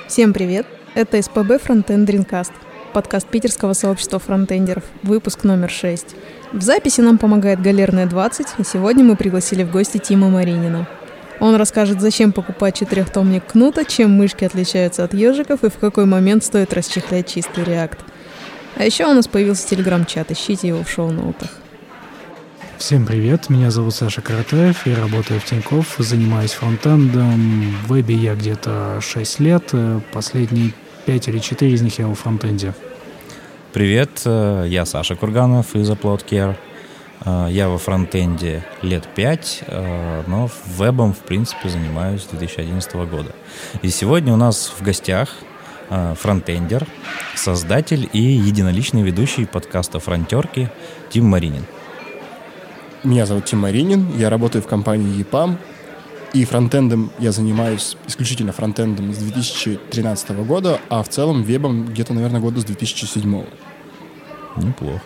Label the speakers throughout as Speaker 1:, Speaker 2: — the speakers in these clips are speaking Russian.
Speaker 1: Всем привет! Это СПБ Frontend Dreamcast, подкаст питерского сообщества фронтендеров, выпуск номер 6. В записи нам помогает Галерная 20, и сегодня мы пригласили в гости Тима Маринина. Он расскажет, зачем покупать четырехтомник Кнута, чем мышки отличаются от ежиков и в какой момент стоит расчехлять чистый React. А еще у нас появился телеграм-чат, ищите его в шоу-ноутах.
Speaker 2: Всем привет, меня зовут Саша Каратаев, я работаю в Тинькофф, занимаюсь фронтендом. В вебе я где-то 6 лет, последние 5 или 4 из них я во фронтенде.
Speaker 3: Привет, я Саша Курганов из Upload Care. Я во фронтенде лет 5, но вебом, в принципе, занимаюсь с 2011 года. И сегодня у нас в гостях фронтендер, создатель и единоличный ведущий подкаста «Фронтерки» Тим Маринин.
Speaker 4: Меня зовут Тим Маринин, я работаю в компании EPAM, и фронтендом я занимаюсь исключительно фронтендом с 2013 года, а в целом вебом где-то, наверное, года с 2007.
Speaker 3: Неплохо.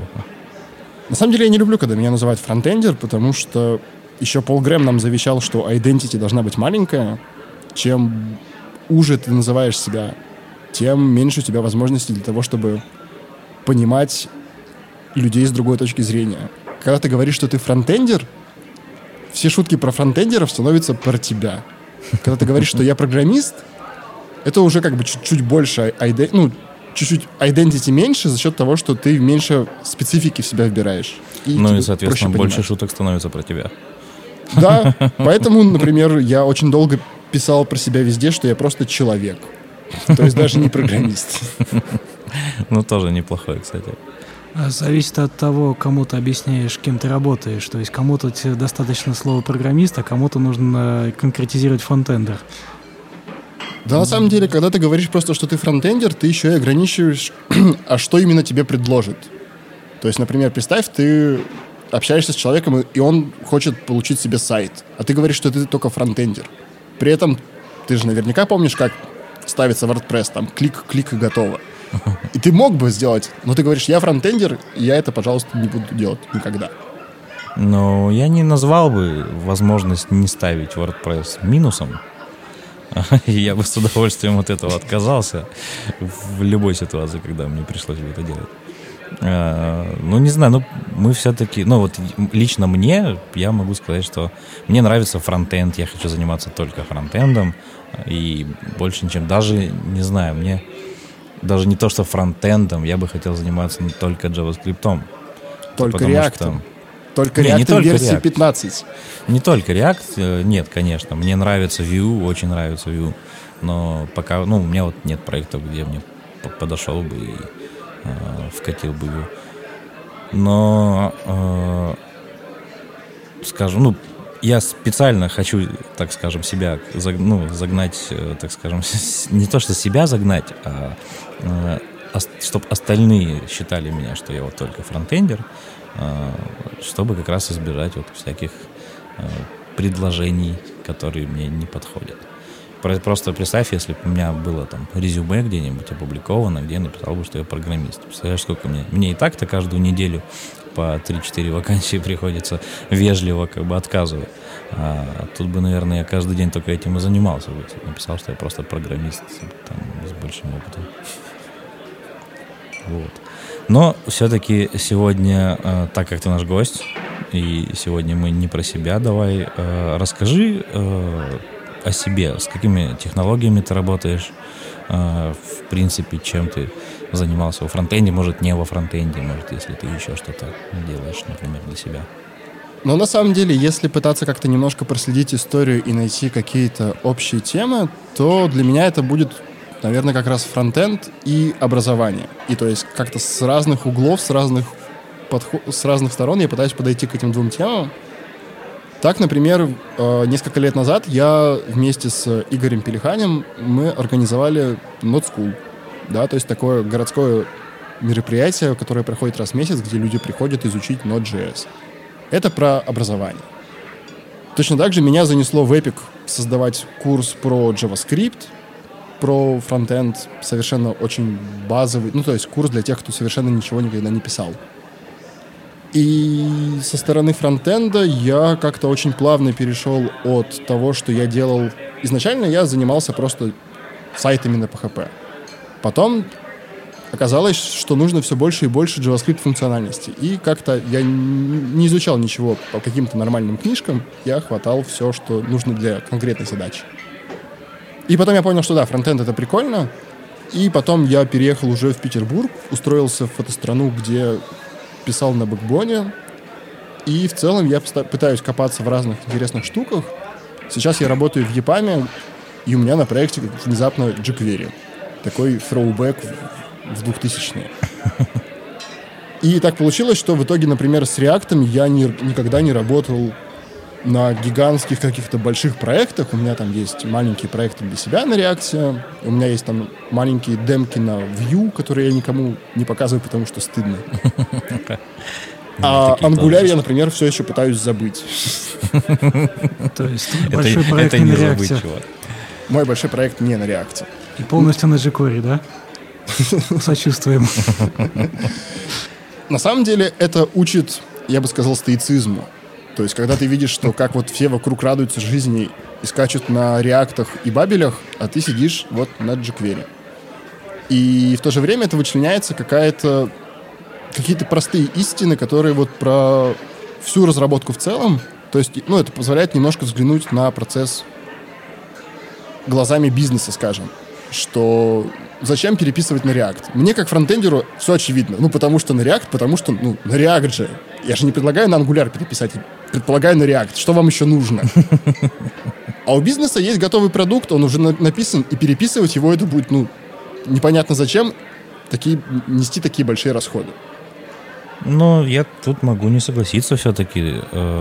Speaker 4: На самом деле я не люблю, когда меня называют фронтендер, потому что еще Пол Грэм нам завещал, что identity должна быть маленькая. Чем уже ты называешь себя, тем меньше у тебя возможностей для того, чтобы понимать людей с другой точки зрения. Когда ты говоришь, что ты фронтендер, все шутки про фронтендеров становятся про тебя. Когда ты говоришь, что я программист, это уже как бы чуть-чуть больше, чуть-чуть identity меньше за счет того, что ты меньше специфики в себя вбираешь.
Speaker 3: И, соответственно, больше шуток становится про тебя.
Speaker 4: Да, поэтому, например, я очень долго писал про себя везде, что я просто человек. То есть даже не программист.
Speaker 3: Ну, тоже неплохой, кстати.
Speaker 2: Зависит от того, кому ты объясняешь, кем ты работаешь. То есть кому-то тебе достаточно слова программист, а кому-то нужно конкретизировать фронтендер.
Speaker 4: Да, на самом деле, когда ты говоришь просто, что ты фронтендер, ты еще и ограничиваешь, а что именно тебе предложит. То есть, например, представь, ты общаешься с человеком, и он хочет получить себе сайт, а ты говоришь, что ты только фронтендер. При этом ты же наверняка помнишь, как ставится WordPress, там клик и готово. И ты мог бы сделать, но ты говоришь, я фронтендер, и я это, пожалуйста, не буду делать никогда.
Speaker 3: Но я не назвал бы возможность не ставить WordPress минусом. Я бы с удовольствием от этого отказался в любой ситуации, когда мне пришлось бы это делать. Ну, не знаю, мы все-таки... лично мне, я могу сказать, что мне нравится фронтенд, я хочу заниматься только фронтендом, и больше ничем. Даже, не знаю, мне... Даже не то, что фронтендом, я бы хотел заниматься только JavaScript.
Speaker 4: Только React. Только React версии React. 15.
Speaker 3: Не только React, нет, конечно. Мне нравится Vue, очень нравится Vue. Но пока, у меня вот нет проектов, где мне подошел бы и вкатил бы Vue. Но, скажем, я специально хочу, так скажем, себя загнать, так скажем, не то, что себя загнать, а чтобы остальные считали меня, что я вот только фронтендер, чтобы как раз избежать вот всяких предложений, которые мне не подходят. Просто представь, если бы у меня было там резюме где-нибудь опубликовано, где я написал бы, что я программист. Представляешь, сколько мне и так-то каждую неделю по 3-4 вакансии приходится вежливо как бы отказывать. А тут бы, наверное, я каждый день только этим и занимался бы. Написал, что я просто программист там, с большим опытом. Вот. Но все-таки сегодня, так как ты наш гость, и сегодня мы не про себя, давай расскажи о себе, с какими технологиями ты работаешь, в принципе, чем ты занимался во фронтенде, может, не во фронтенде, может, если ты еще что-то делаешь, например, для себя.
Speaker 4: Но на самом деле, если пытаться как-то немножко проследить историю и найти какие-то общие темы, то для меня это будет, наверное, как раз фронтенд и образование. И то есть как-то с разных углов, с разных сторон я пытаюсь подойти к этим двум темам. Так, например, несколько лет назад я вместе с Игорем Пелиханем мы организовали Node School. Да, то есть такое городское мероприятие, которое проходит раз в месяц, где люди приходят изучить Node.js. Это про образование. Точно так же меня занесло в Epic создавать курс про JavaScript, про фронтенд, совершенно очень базовый, то есть курс для тех, кто совершенно ничего никогда не писал. И со стороны фронтенда я как-то очень плавно перешел от того, что я делал... Изначально я занимался просто сайтами на PHP. Потом оказалось, что нужно все больше и больше JavaScript функциональности. И как-то я не изучал ничего по каким-то нормальным книжкам, я хватал все, что нужно для конкретной задачи. И потом я понял, что да, фронтенд — это прикольно. И потом я переехал уже в Петербург, устроился в фотострanu, где писал на бэкбоне. И в целом я пытаюсь копаться в разных интересных штуках. Сейчас я работаю в EPAM, и у меня на проекте внезапно jQuery. Такой throwback в 2000-е. И так получилось, что в итоге, например, с React я никогда не работал на гигантских каких-то больших проектах. У меня там есть маленькие проекты для себя на React. У меня есть там маленькие демки на Vue, которые я никому не показываю, потому что стыдно. А Angular я, например, все еще пытаюсь забыть.
Speaker 2: То есть большой проект не на React.
Speaker 4: Мой большой проект не на React.
Speaker 2: И полностью на jQuery, да? Сочувствуем.
Speaker 4: На самом деле это учит, я бы сказал, стоицизму. То есть когда ты видишь, что как вот все вокруг радуются жизни и скачут на реактах и бабелях, а ты сидишь вот на jQuery. И в то же время это вычленяется какие-то простые истины, которые вот про всю разработку в целом. То есть, это позволяет немножко взглянуть на процесс глазами бизнеса, скажем. Что зачем переписывать на React? Мне, как фронтендеру, все очевидно. Потому что на React, потому что, на React же. Я же не предлагаю на Angular переписать, предполагаю на React. Что вам еще нужно? А у бизнеса есть готовый продукт, он уже написан, и переписывать его это будет, непонятно зачем, нести такие большие расходы.
Speaker 3: Я тут могу не согласиться все-таки.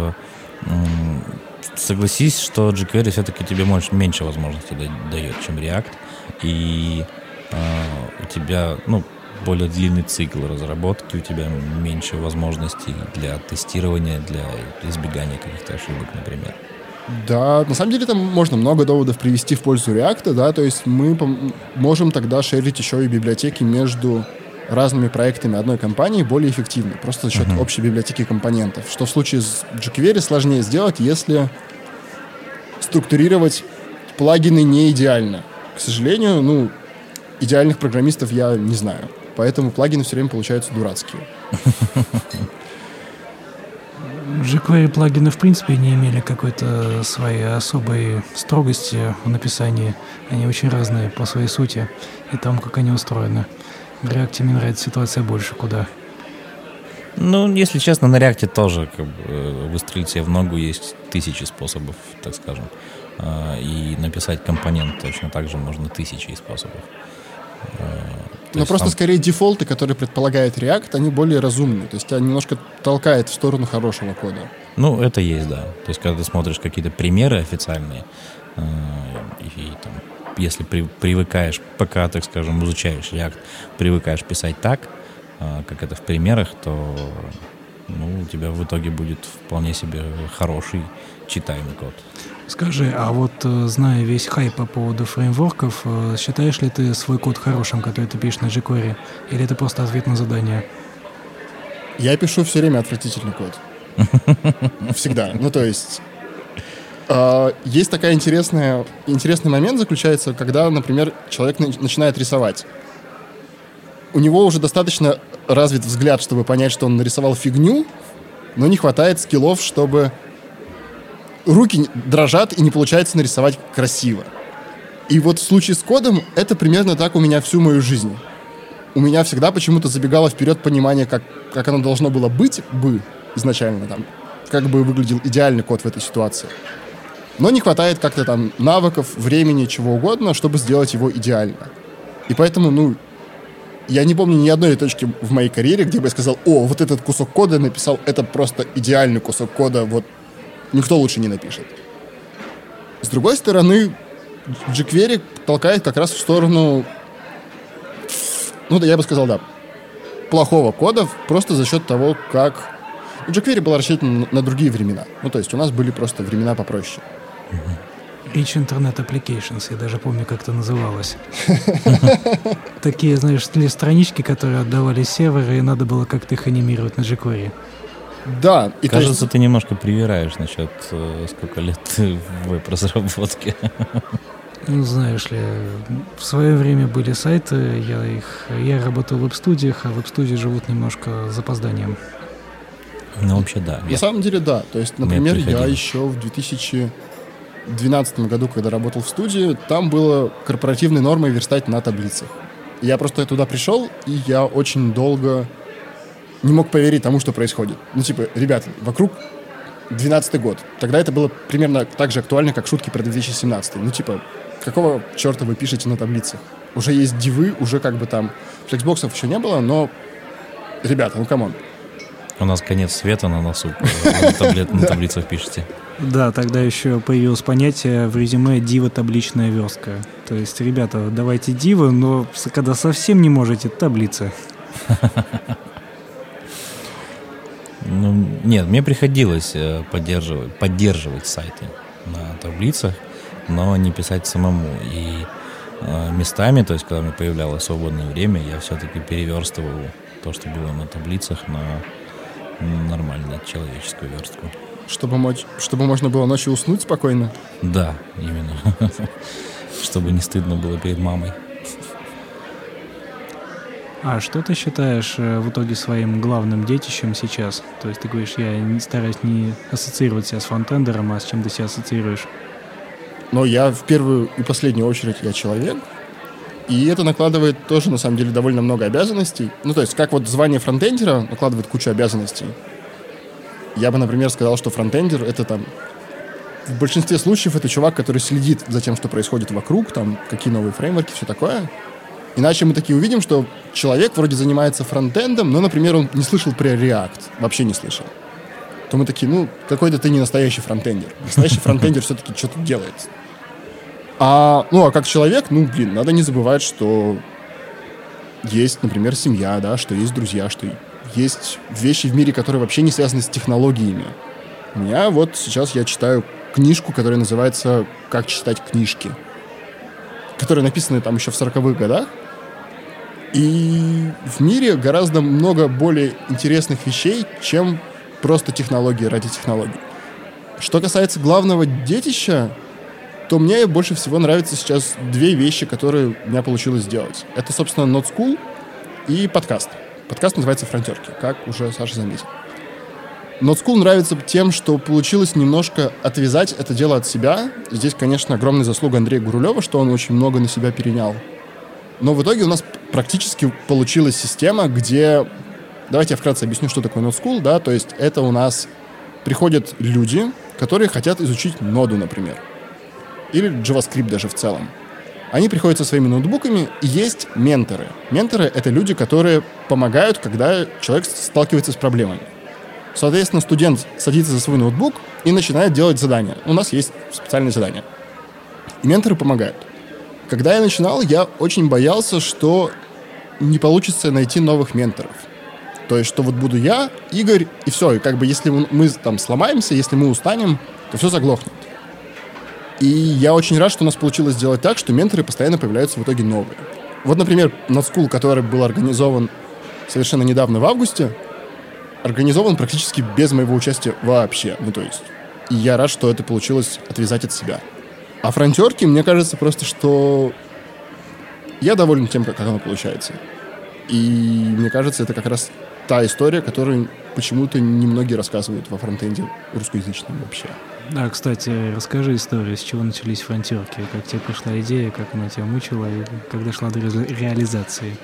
Speaker 3: Согласись, что jQuery все-таки тебе меньше возможностей дает, чем React. И у тебя, более длинный цикл разработки, у тебя меньше возможностей для тестирования, для избегания каких-то ошибок, например.
Speaker 4: Да, на самом деле там можно много доводов привести в пользу React, да, то есть мы можем тогда шерить еще и библиотеки между разными проектами одной компании более эффективно, просто за счет общей библиотеки компонентов, что в случае с jQuery сложнее сделать, если структурировать плагины не идеально. К сожалению, идеальных программистов я не знаю, поэтому плагины все время получаются дурацкие.
Speaker 2: jQuery плагины в принципе не имели какой-то своей особой строгости в написании. Они очень разные по своей сути и тому, как они устроены. В React мне нравится ситуация больше куда.
Speaker 3: Если честно, на React тоже выстрелить себе в ногу есть тысячи способов, так скажем. И написать компонент точно так же можно тысячи способов.
Speaker 4: Но просто скорее дефолты, которые предполагает React, они более разумные. То есть тебя немножко толкает в сторону хорошего кода.
Speaker 3: Это есть, да. То есть когда ты смотришь какие-то примеры официальные, и там, если привыкаешь, пока, так скажем, изучаешь React, привыкаешь писать так, как это в примерах, то у тебя в итоге будет вполне себе хороший читаемый код.
Speaker 2: Скажи, а вот зная весь хайп по поводу фреймворков, считаешь ли ты свой код хорошим, который ты пишешь на jQuery, или это просто ответ на задание?
Speaker 4: Я пишу все время отвратительный код. Всегда. То есть есть такой интересный момент заключается, когда, например, человек начинает рисовать. У него уже достаточно развит взгляд, чтобы понять, что он нарисовал фигню, но не хватает скиллов, чтобы руки дрожат и не получается нарисовать красиво. И вот в случае с кодом это примерно так у меня всю мою жизнь. У меня всегда почему-то забегало вперед понимание, как оно должно было быть бы изначально, как бы выглядел идеальный код в этой ситуации. Но не хватает как-то там навыков, времени, чего угодно, чтобы сделать его идеально. И поэтому, я не помню ни одной точки в моей карьере, где бы я сказал: вот этот кусок кода я написал, это просто идеальный кусок кода, вот никто лучше не напишет. С другой стороны, jQuery толкает как раз в сторону, я бы сказал, да, плохого кода, просто за счет того, как jQuery была рассчитана на другие времена. То есть у нас были просто времена попроще.
Speaker 2: Rich Internet Applications, я даже помню, как это называлось. Такие, знаешь, странички, которые отдавали серверы, и надо было как-то их анимировать на jQuery.
Speaker 4: Да.
Speaker 3: И кажется, ты немножко привираешь насчет сколько лет в веб-разработке.
Speaker 2: Ну, знаешь ли, в свое время были сайты, я работал в веб-студиях, а веб-студии живут немножко с запозданием.
Speaker 3: Ну, вообще, да.
Speaker 4: На самом деле, да. То есть, например, я еще в 2012 году, когда работал в студии, там было корпоративной нормой верстать на таблицах. Я просто туда пришел, и я очень долго не мог поверить тому, что происходит. Ну, типа, ребята, вокруг 12-й год. Тогда это было примерно так же актуально, как шутки про 2017. Ну, типа, какого черта вы пишете на таблицах? Уже есть дивы, уже как бы там флексбоксов еще не было, но, ребята, ну, камон.
Speaker 3: У нас конец света на носу. На таблицах пишете.
Speaker 2: Да, тогда еще появилось понятие в резюме «дива-табличная верстка». То есть, ребята, давайте дива, но когда совсем не можете, таблицы.
Speaker 3: Ну, нет, мне приходилось поддерживать сайты на таблицах, но не писать самому. И местами, то есть, когда у меня появлялось свободное время, я все-таки переверстывал то, что было на таблицах, на нормальную человеческую верстку.
Speaker 4: Чтобы можно было ночью уснуть спокойно?
Speaker 3: Да, именно. Чтобы не стыдно было перед мамой.
Speaker 2: А что ты считаешь в итоге своим главным детищем сейчас? То есть ты говоришь, я стараюсь не ассоциировать себя с фронтендером, а с чем ты себя ассоциируешь?
Speaker 4: Но я в первую и последнюю очередь я человек, и это накладывает тоже, на самом деле, довольно много обязанностей. Ну, то есть, как вот звание фронтендера накладывает кучу обязанностей. Я бы, например, сказал, что фронтендер — это там... В большинстве случаев это чувак, который следит за тем, что происходит вокруг, там, какие новые фреймворки, все такое. Иначе мы такие увидим, что человек вроде занимается фронтендом, но, например, он не слышал про React, вообще не слышал. То мы такие, ну, какой-то ты не настоящий фронтендер. Настоящий фронтендер все-таки что-то делает. А как человек, надо не забывать, что есть, например, семья, да, что есть друзья, что есть вещи в мире, которые вообще не связаны с технологиями. У меня вот сейчас я читаю книжку, которая называется «Как читать книжки», которая написана там еще в 40-х годах. И в мире гораздо много более интересных вещей, чем просто технологии ради технологий. Что касается главного детища, то мне больше всего нравятся сейчас две вещи, которые у меня получилось сделать. Это, собственно, Not School и подкаст. Подкаст называется «Фронтерки», как уже Саша заметил. Not School нравится тем, что получилось немножко отвязать это дело от себя. Здесь, конечно, огромная заслуга Андрея Гурулева, что он очень много на себя перенял. Но в итоге у нас практически получилась система, где... Давайте я вкратце объясню, что такое Not School. Да? То есть это у нас приходят люди, которые хотят изучить ноду, например. Или JavaScript даже в целом. Они приходят со своими ноутбуками, и есть менторы. Менторы — это люди, которые помогают, когда человек сталкивается с проблемами. Соответственно, студент садится за свой ноутбук и начинает делать задания. У нас есть специальные задания. И менторы помогают. Когда я начинал, я очень боялся, что не получится найти новых менторов. То есть, что вот буду я, Игорь, и все. И как бы если мы там сломаемся, если мы устанем, то все заглохнет. И я очень рад, что у нас получилось сделать так, что менторы постоянно появляются в итоге новые. Вот, например, Not School, который был организован совершенно недавно в августе, организован практически без моего участия вообще. То есть, и я рад, что это получилось отвязать от себя. А фронтерки, мне кажется просто, что я доволен тем, как оно получается. И мне кажется, это как раз та история, которую почему-то немногие рассказывают во фронтенде русскоязычном вообще.
Speaker 2: Да, кстати, расскажи историю, с чего начались фронтерки, как тебе пришла идея, как она тебя мучила и как дошла до реализации.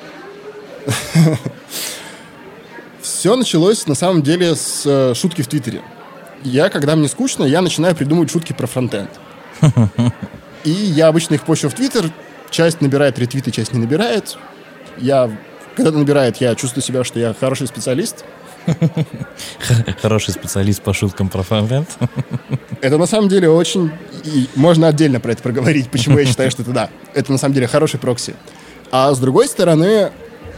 Speaker 4: Все началось, на самом деле, с шутки в Твиттере. Когда мне скучно, я начинаю придумывать шутки про фронтенд. И я обычно их пощу в Твиттер. Часть набирает ретвиты, часть не набирает. Когда набирает, я чувствую себя, что я хороший специалист.
Speaker 3: Хороший специалист по шуткам про фронтенд.
Speaker 4: Это на самом деле очень... И можно отдельно про это проговорить, почему я считаю, что это да. Это на самом деле хороший прокси. А с другой стороны...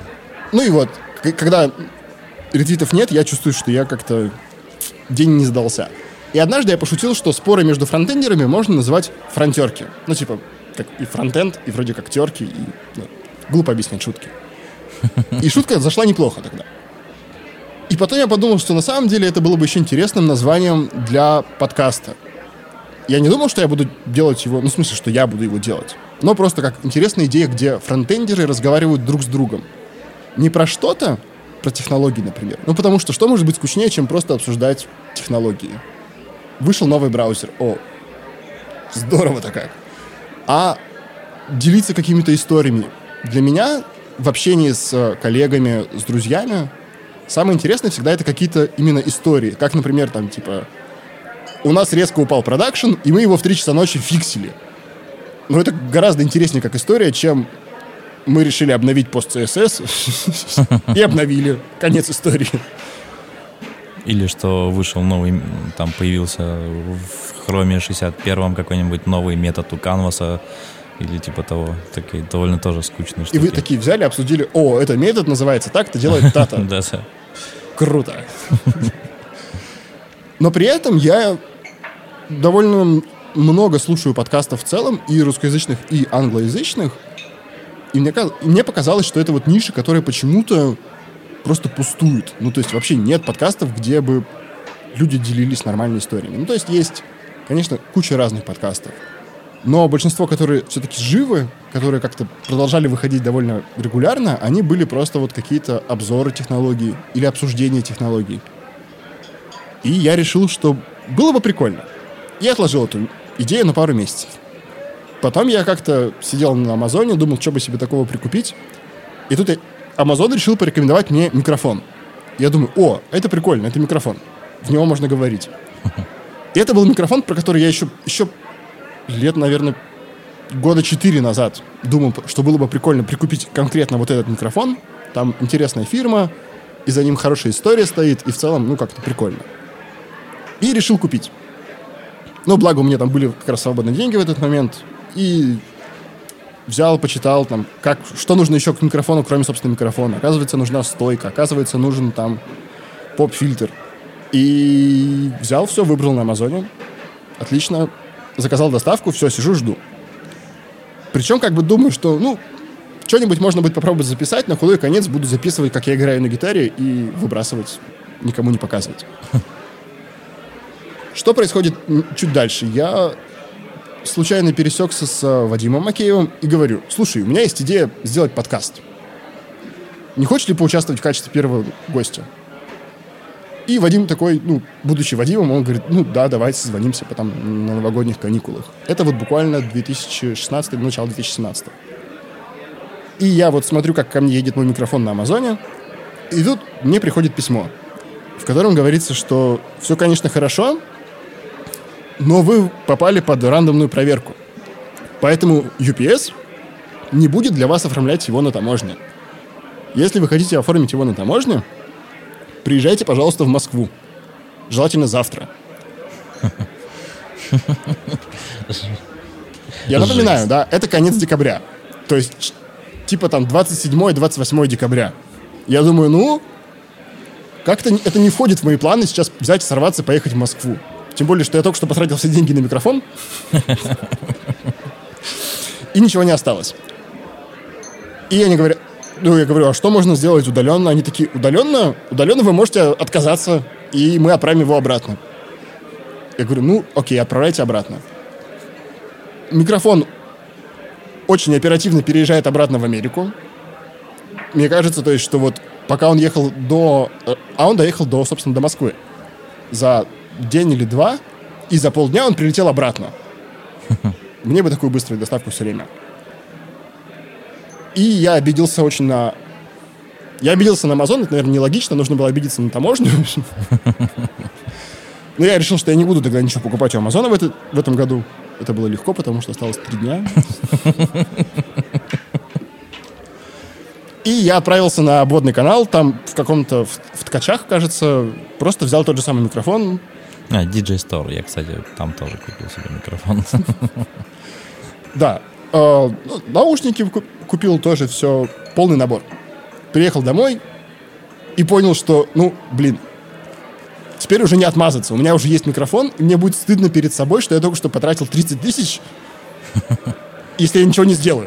Speaker 4: когда ретвитов нет, я чувствую, что я как-то день не сдался. И однажды я пошутил, что споры между фронтендерами можно называть фронтерки. Как и фронтенд, и вроде как терки, и глупо объяснять шутки. И шутка зашла неплохо тогда. И потом я подумал, что на самом деле это было бы еще интересным названием для подкаста. я не думал, что я буду делать его, ну, в смысле, что я буду его делать. Но просто как интересная идея, где фронтендеры разговаривают друг с другом. Не про что-то, про технологии, например. Ну, потому что может быть скучнее, чем просто обсуждать технологии? Вышел новый браузер. О, здорово-то как. А делиться какими-то историями. Для меня в общении с коллегами, с друзьями самое интересное всегда это какие-то именно истории. Как, например, там, типа, у нас резко упал продакшн, и мы его в 3 часа ночи фиксили. Но это гораздо интереснее как история, чем мы решили обновить пост CSS и обновили. Конец истории.
Speaker 3: Или что вышел новый, там появился в Chrome 61 какой-нибудь новый метод у Canvas, или типа того. Такие довольно тоже скучные штуки.
Speaker 4: И вы такие взяли, обсудили, о, этот метод называется так-то, делает та-то.
Speaker 3: Да.
Speaker 4: Круто. Но при этом я довольно много слушаю подкастов в целом, и русскоязычных, и англоязычных, и мне показалось, что это вот ниша, которая почему-то просто пустует. Ну, то есть вообще нет подкастов, где бы люди делились нормальными историями. Ну, то есть, конечно, куча разных подкастов. Но большинство, которые все-таки живы, которые как-то продолжали выходить довольно регулярно, они были просто вот какие-то обзоры технологий или обсуждения технологий. И я решил, что было бы прикольно. И отложил эту идею на пару месяцев. Потом я как-то сидел на Амазоне, думал, что бы себе такого прикупить. И тут Амазон решил порекомендовать мне микрофон. Я думаю, о, это прикольно, это микрофон. В него можно говорить. И это был микрофон, про который я еще лет, наверное, 4 года назад думал, что было бы прикольно прикупить конкретно вот этот микрофон. Там интересная фирма, и за ним хорошая история стоит, и в целом, ну, как-то прикольно. И решил купить. Ну, благо у меня там были как раз свободные деньги в этот момент. И взял, почитал, там, что нужно еще к микрофону, кроме, собственно, микрофона. Оказывается, нужна стойка, оказывается, нужен там поп-фильтр. И взял все, выбрал на Амазоне. Отлично. Заказал доставку, все, сижу, жду. Причем, как бы думаю, что, ну, что-нибудь можно будет попробовать записать, на худой конец буду записывать, как я играю на гитаре, и выбрасывать, никому не показывать. Что происходит чуть дальше? Я случайно пересекся с Вадимом Макеевым и говорю, слушай, у меня есть идея сделать подкаст. Не хочешь ли поучаствовать в качестве первого гостя? И Вадим такой, ну, будучи Вадимом, он говорит, ну да, давайте созвонимся потом на новогодних каникулах. Это вот буквально 2016, начало 2017. И я вот смотрю, как ко мне едет мой микрофон на Амазоне, и тут мне приходит письмо, в котором говорится, что все, конечно, хорошо, но вы попали под рандомную проверку. Поэтому UPS не будет для вас оформлять его на таможне. Если вы хотите оформить его на таможне, приезжайте, пожалуйста, в Москву. Желательно завтра. Я напоминаю, да, это конец декабря. То есть, типа там 27-28 декабря. Я думаю, ну, как-то это не входит в мои планы сейчас взять, сорваться, поехать в Москву. Тем более, что я только что потратил все деньги на микрофон. И ничего не осталось. И я говорю, а что можно сделать удаленно? Они такие, удаленно вы можете отказаться, и мы отправим его обратно. Я говорю, ну, окей, отправляйте обратно. Микрофон очень оперативно переезжает обратно в Америку. Мне кажется, то есть, что вот пока он ехал он доехал собственно, до Москвы. За день или два, и за полдня он прилетел обратно. Мне бы такую быструю доставку все время. И я обиделся очень на... Я обиделся на Amazon, это, наверное, нелогично, нужно было обидеться на таможню. Но я решил, что я не буду тогда ничего покупать у Амазона в этом году. Это было легко, потому что осталось 3 дня. И я отправился на обводный канал, там в каком-то, в Ткачах, кажется, просто взял тот же самый микрофон.
Speaker 3: DJ Store, я, кстати, там тоже купил себе микрофон.
Speaker 4: Да, наушники купил тоже, все, полный набор. Приехал домой и понял, что, теперь уже не отмазаться. У меня уже есть микрофон, и мне будет стыдно перед собой, что я только что потратил 30 тысяч, если я ничего не сделаю.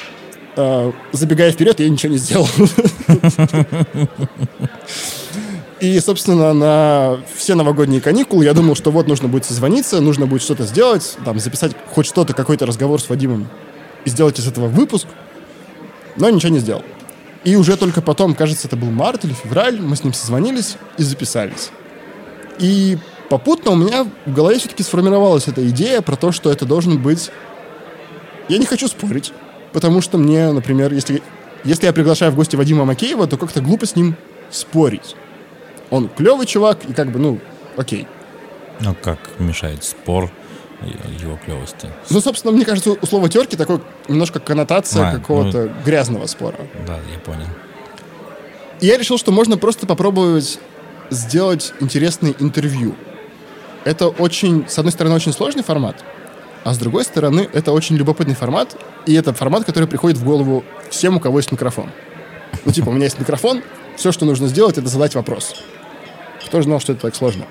Speaker 4: Забегая вперед, я ничего не сделал. И, собственно, на все новогодние каникулы я думал, что вот нужно будет созвониться, нужно будет что-то сделать, там, записать хоть что-то, какой-то разговор с Вадимом и сделать из этого выпуск, но ничего не сделал. И уже только потом, кажется, это был март или февраль, мы с ним созвонились и записались. И попутно у меня в голове все-таки сформировалась эта идея про то, что это должен быть... Я не хочу спорить, потому что мне, например, если я приглашаю в гости Вадима Макеева, то как-то глупо с ним спорить. Он клевый чувак, и как бы, окей.
Speaker 3: Ну, как мешает спор его клевости?
Speaker 4: Ну, собственно, мне кажется, у слова терки такой немножко коннотация какого-то грязного спора.
Speaker 3: Да, я понял.
Speaker 4: И я решил, что можно просто попробовать сделать интересное интервью. Это очень, с одной стороны, очень сложный формат, а с другой стороны, это очень любопытный формат, и это формат, который приходит в голову всем, у кого есть микрофон. Ну, типа, у меня есть микрофон, все, что нужно сделать, это задать вопрос. Кто же знал, что это так сложно?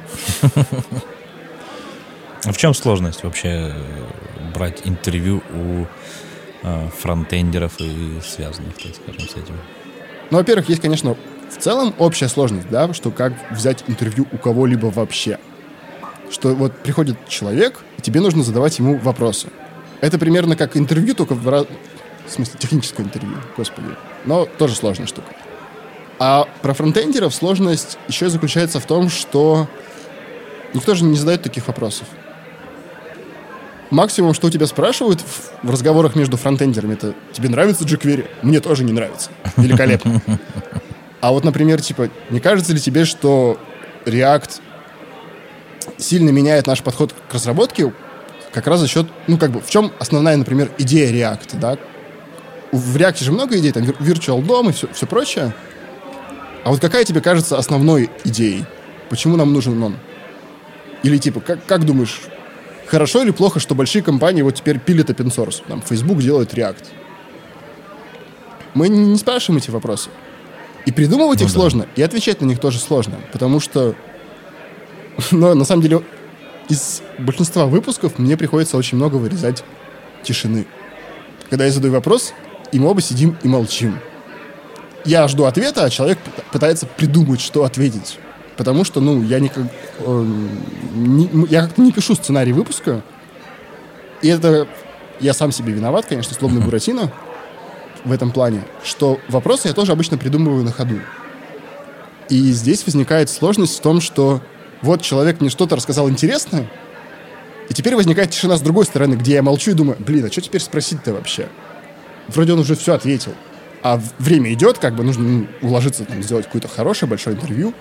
Speaker 3: А в чем сложность вообще брать интервью у фронтендеров и связанных, так скажем, с этим?
Speaker 4: Ну, во-первых, есть, конечно, в целом общая сложность, да, что как взять интервью у кого-либо вообще. Что вот приходит человек, и тебе нужно задавать ему вопросы. Это примерно как интервью, только в смысле техническое интервью, господи. Но тоже сложная штука. А про фронтендеров сложность еще заключается в том, что никто же не задает таких вопросов. Максимум, что у тебя спрашивают в разговорах между фронтендерами, это «Тебе нравится jQuery?» Мне тоже не нравится. Великолепно. А вот, например, типа, не кажется ли тебе, что React сильно меняет наш подход к разработке как раз за счет, в чем основная, например, идея React, да? В React же много идей, там, Virtual DOM и все прочее. А вот какая тебе кажется основной идеей? Почему нам нужен он? Или типа, как думаешь, хорошо или плохо, что большие компании вот теперь пилят open source? Там Facebook делает React. Мы не спрашиваем эти вопросы. И придумывать их сложно, и отвечать на них тоже сложно. Потому что, на самом деле, из большинства выпусков мне приходится очень много вырезать тишины. Когда я задаю вопрос, и мы оба сидим и молчим. Я жду ответа, а человек пытается придумать, что ответить. Потому что, я как-то не пишу сценарий выпуска. И это я сам себе виноват, конечно, словно Буратино в этом плане, что вопросы я тоже обычно придумываю на ходу. И здесь возникает сложность в том, что вот человек мне что-то рассказал интересное, и теперь возникает тишина с другой стороны, где я молчу и думаю, а что теперь спросить-то вообще? Вроде он уже все ответил. А время идет, нужно уложиться, сделать какое-то хорошее, большое интервью.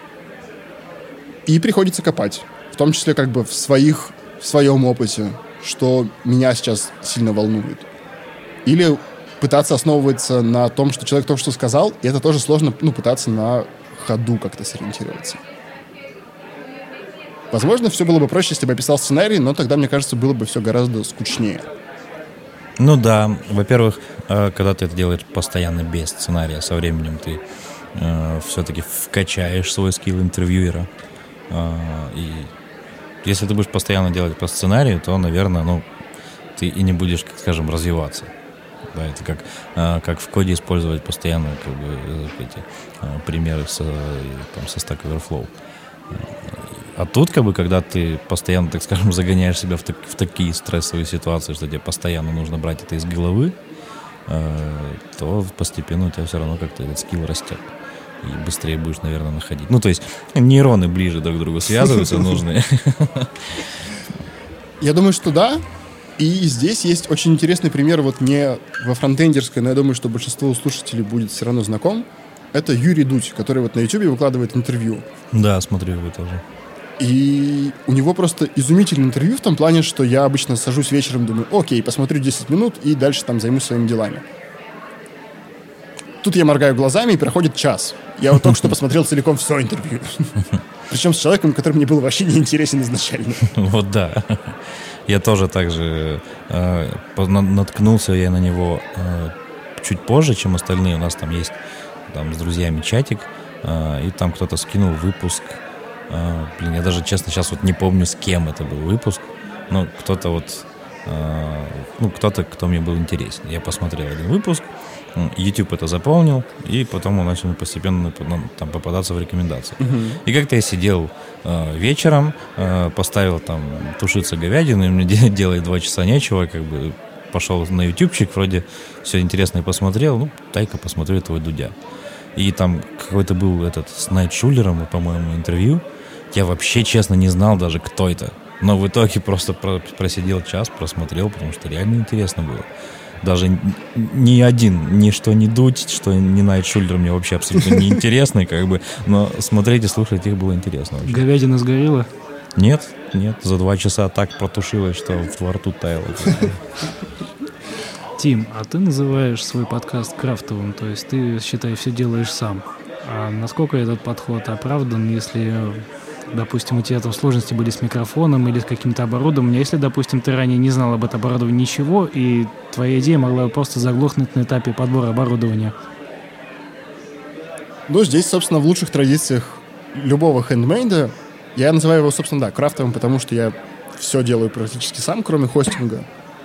Speaker 4: И приходится копать. В том числе в своем опыте, что меня сейчас сильно волнует. Или пытаться основываться на том, что человек только что сказал, и это тоже сложно, пытаться на ходу как-то сориентироваться. Возможно, все было бы проще, если бы я писал сценарий, но тогда, мне кажется, было бы все гораздо скучнее.
Speaker 3: Ну да, во-первых, когда ты это делаешь постоянно без сценария, со временем ты все-таки вкачаешь свой скилл интервьюера. И если ты будешь постоянно делать по сценарию, то, наверное, ты и не будешь, скажем, развиваться. Да, это как в коде использовать постоянно эти примеры со Stack Overflow. А тут, когда ты постоянно, так скажем, загоняешь себя в такие стрессовые ситуации, что тебе постоянно нужно брать это из головы, то постепенно у тебя все равно как-то этот скилл растет. И быстрее будешь, наверное, находить. То есть нейроны ближе друг к другу связываются нужные.
Speaker 4: Я думаю, что да. И здесь есть очень интересный пример, не во фронтендерской, но я думаю, что большинство слушателей будет все равно знаком. Это Юрий Дудь, который на YouTube выкладывает интервью.
Speaker 3: Да, смотрю его тоже.
Speaker 4: И у него просто изумительное интервью в том плане, что я обычно сажусь вечером, думаю, окей, посмотрю 10 минут и дальше займусь своими делами. Тут я моргаю глазами, и проходит час. Я только что посмотрел целиком все интервью. Причем с человеком, который мне был вообще не интересен изначально.
Speaker 3: Вот да. Я тоже так же наткнулся я на него чуть позже, чем остальные. У нас там есть с друзьями чатик, и там кто-то скинул выпуск. Я даже, честно, сейчас не помню, с кем это был выпуск. Но кто-то кто мне был интересен. Я посмотрел один выпуск, YouTube это заполнил, и потом он начал постепенно там попадаться в рекомендации. И как-то я сидел вечером, поставил там тушиться говядину, и мне делать 2 часа нечего, как бы пошел на ютубчик, вроде все интересное посмотрел, дай-ка посмотрю этого Дудя. И там какой-то был с Найт Шулером, по-моему, интервью. Я вообще, честно, не знал даже, кто это. Но в итоге просто просидел час, просмотрел, потому что реально интересно было. Даже ни что не Дудь, что не Найт Шулер мне вообще абсолютно не интересно, как бы, но смотреть и слушать их было интересно. Вообще.
Speaker 2: Говядина сгорела?
Speaker 3: Нет, за 2 часа так протушилось, что во рту таяло.
Speaker 2: Тим, а ты называешь свой подкаст крафтовым, то есть ты, считай, все делаешь сам. А насколько этот подход оправдан, если, допустим, у тебя там сложности были с микрофоном или с каким-то оборудованием, если, допустим, ты ранее не знал об этом оборудовании ничего, и твоя идея могла просто заглохнуть на этапе подбора оборудования?
Speaker 4: Здесь, собственно, в лучших традициях любого хендмейда, я называю его, собственно, крафтовым, потому что я все делаю практически сам, кроме хостинга.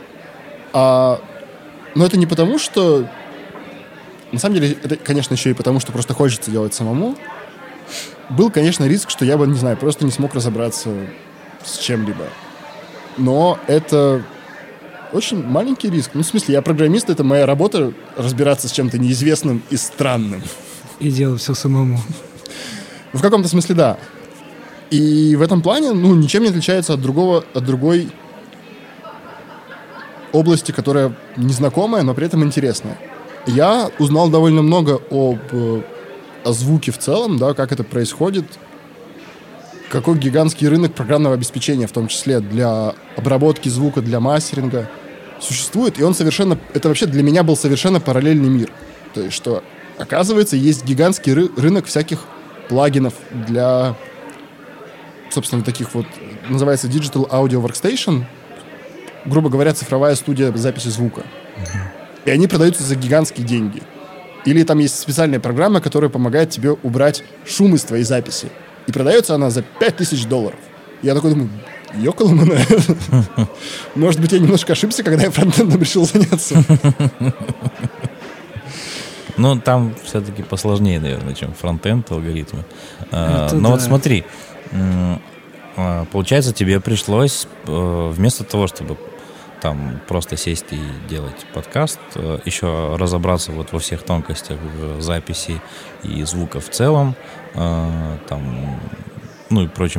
Speaker 4: Но это не потому, что... На самом деле, это, конечно, еще и потому, что просто хочется делать самому. Был, конечно, риск, что я бы, не знаю, просто не смог разобраться с чем-либо. Но это очень маленький риск. В смысле, я программист, это моя работа разбираться с чем-то неизвестным и странным.
Speaker 2: И делать все самому.
Speaker 4: В каком-то смысле, да. И в этом плане, ничем не отличается от другой области, которая незнакомая, но при этом интересная. Я узнал довольно много о звуке в целом, да, как это происходит, какой гигантский рынок программного обеспечения, в том числе для обработки звука, для мастеринга, существует, и это вообще для меня был совершенно параллельный мир. То есть, что, оказывается, есть гигантский рынок всяких плагинов для, собственно, таких вот, называется Digital Audio Workstation, грубо говоря, цифровая студия записи звука. И они продаются за гигантские деньги. Или там есть специальная программа, которая помогает тебе убрать шум из твоей записи. И продается она за $5000. Я такой думаю, ёкаломана. Может быть, я немножко ошибся, когда я фронтендом решил заняться.
Speaker 3: Там все-таки посложнее, наверное, чем фронтенд, алгоритмы. Но вот смотри, получается, тебе пришлось вместо того, чтобы там просто сесть и делать подкаст, еще разобраться вот во всех тонкостях записи и звука в целом, там, и прочим.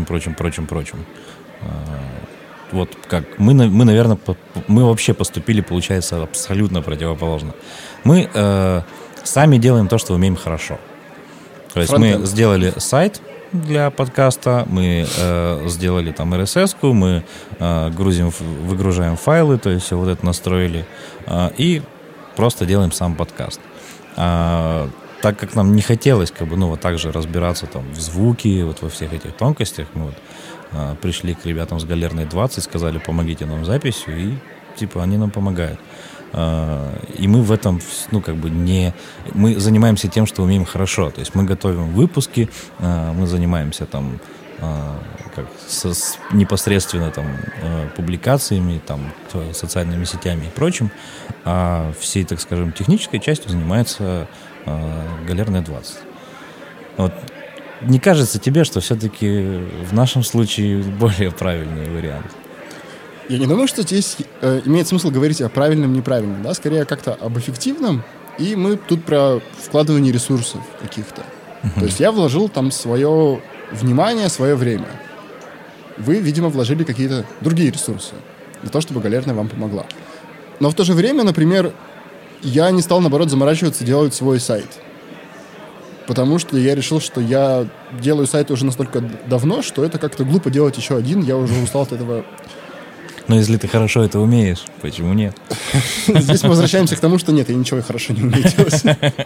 Speaker 3: Вот как мы, наверное, мы вообще поступили, получается, абсолютно противоположно. Мы сами делаем то, что умеем хорошо. То есть мы сделали сайт для подкаста, мы сделали там RSS-ку, мы выгружаем файлы, то есть все вот это настроили, и просто делаем сам подкаст. Так как нам не хотелось вот так же разбираться там в звуке, вот во всех этих тонкостях, мы пришли к ребятам с Галерной 20, сказали, помогите нам с записью, и они нам помогают. И мы в этом, мы занимаемся тем, что умеем хорошо. То есть мы готовим выпуски, мы занимаемся там непосредственно там публикациями, там социальными сетями и прочим. А всей, так скажем, технической частью занимается Галерная 20. Вот. Не кажется тебе, что все-таки в нашем случае более правильный вариант?
Speaker 4: Я не думаю, что здесь имеет смысл говорить о правильном, неправильном, да, скорее как-то об эффективном, и мы тут про вкладывание ресурсов каких-то. То есть я вложил там свое внимание, свое время. Вы, видимо, вложили какие-то другие ресурсы для того, чтобы Галерная вам помогла. Но в то же время, например, я не стал, наоборот, заморачиваться делать свой сайт. Потому что я решил, что я делаю сайт уже настолько давно, что это как-то глупо делать еще один, я уже устал от этого.
Speaker 3: Но если ты хорошо это умеешь, почему нет?
Speaker 4: Здесь мы возвращаемся к тому, что нет, я ничего хорошо не умею делать.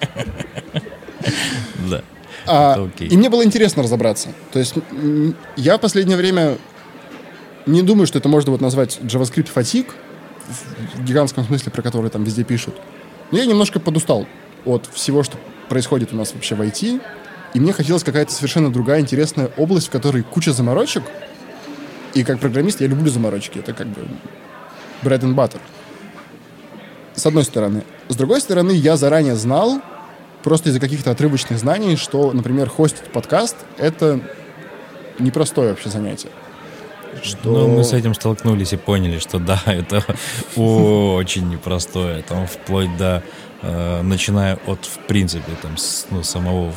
Speaker 3: Да.
Speaker 4: И мне было интересно разобраться. То есть я в последнее время не думаю, что это можно назвать JavaScript фатиг в гигантском смысле, про который там везде пишут. Но я немножко подустал от всего, что происходит у нас вообще в IT, и мне хотелось какая-то совершенно другая интересная область, в которой куча заморочек. И как программист я люблю заморочки. Это как бы bread and butter. С одной стороны. С другой стороны, я заранее знал, просто из-за каких-то отрывочных знаний, что, например, хостить подкаст — это непростое вообще занятие.
Speaker 3: Ну, мы с этим столкнулись и поняли, что да, это очень непростое. Там вплоть до, начиная от, в принципе, там, самого,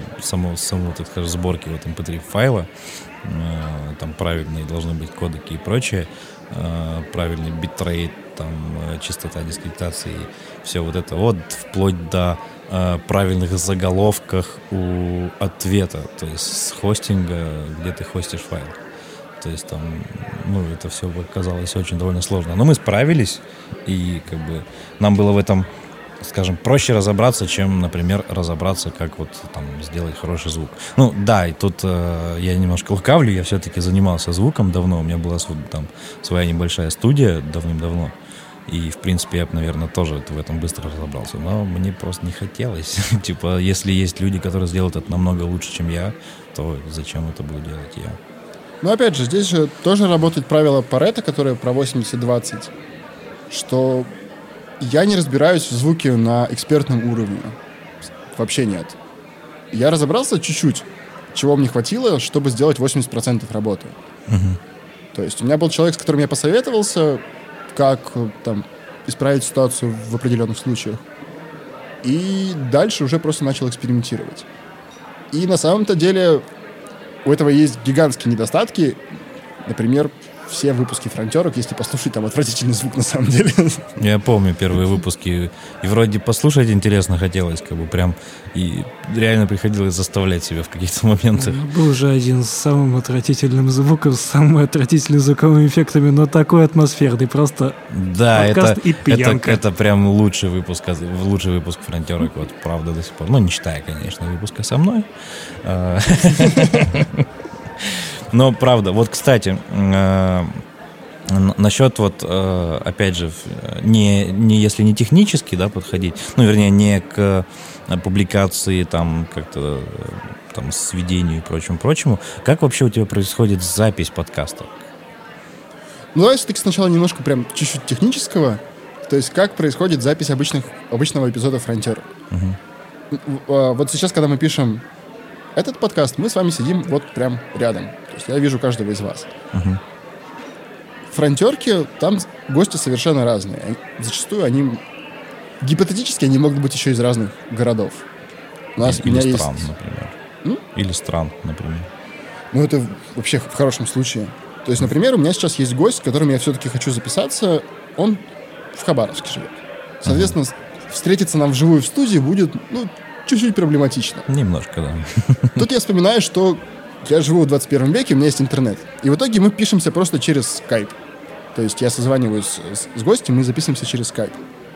Speaker 3: так скажем, сборки вот MP3 файла, там правильные должны быть кодеки и прочее, правильный битрейт, там, частота дискретации, все вот это вот, вплоть до правильных заголовках у ответа, то есть с хостинга, где ты хостишь файл. То есть там, это все оказалось очень довольно сложно. Но мы справились, и как бы нам было в этом, скажем, проще разобраться, чем, например, разобраться, как вот там сделать хороший звук. Ну, да, и тут я немножко лукавлю, я все-таки занимался звуком давно, у меня была там своя небольшая студия давным-давно, и, в принципе, я, наверное, тоже в этом быстро разобрался, но мне просто не хотелось. Типа, если есть люди, которые сделают это намного лучше, чем я, то зачем это буду делать я?
Speaker 4: Но опять же, здесь же тоже работает правило Парето, которое про 80-20, что я не разбираюсь в звуке на экспертном уровне. Вообще нет. Я разобрался чуть-чуть, чего мне хватило, чтобы сделать 80% работы. То есть у меня был человек, с которым я посоветовался, как там исправить ситуацию в определенных случаях. И дальше уже просто начал экспериментировать. И на самом-то деле у этого есть гигантские недостатки. Например, все выпуски фронтерок, если послушать, там отвратительный звук на самом деле.
Speaker 3: Я помню первые выпуски, и вроде послушать интересно хотелось, как бы прям, и реально приходилось заставлять себя в каких-то моментах.
Speaker 2: Был уже один с самым отвратительным звуком, с самыми отвратительными звуковыми эффектами, но такой атмосферный, просто
Speaker 3: да,
Speaker 2: подкаст и пьянка.
Speaker 3: Это прям лучший выпуск фронтерок, вот правда до сих пор. Ну, не считая, конечно, выпуска со мной. Но правда, вот, кстати, насчет вот, опять же, не если не технически, да, подходить, вернее, не к публикации, там, как-то, там, сведению и прочему, как вообще у тебя происходит запись подкаста?
Speaker 4: Ну, давай все-таки сначала немножко прям чуть-чуть технического, то есть как происходит запись обычного эпизода «Фронтер». Вот сейчас, когда мы пишем этот подкаст, мы с вами сидим вот прям рядом. То есть я вижу каждого из вас. В «Фронтерке» там гости совершенно разные. Зачастую гипотетически они могут быть еще из разных городов.
Speaker 3: Или стран, например. Или стран, например.
Speaker 4: Ну, это вообще в хорошем случае. То есть, например, у меня сейчас есть гость, с которым я все-таки хочу записаться. Он в Хабаровске живет. Соответственно, встретиться нам вживую в студии будет, чуть-чуть проблематично.
Speaker 3: Немножко, да.
Speaker 4: Тут я вспоминаю, что я живу в 21 веке, у меня есть интернет. И в итоге мы пишемся просто через Skype. То есть я созваниваюсь с гостем, мы записываемся через Skype.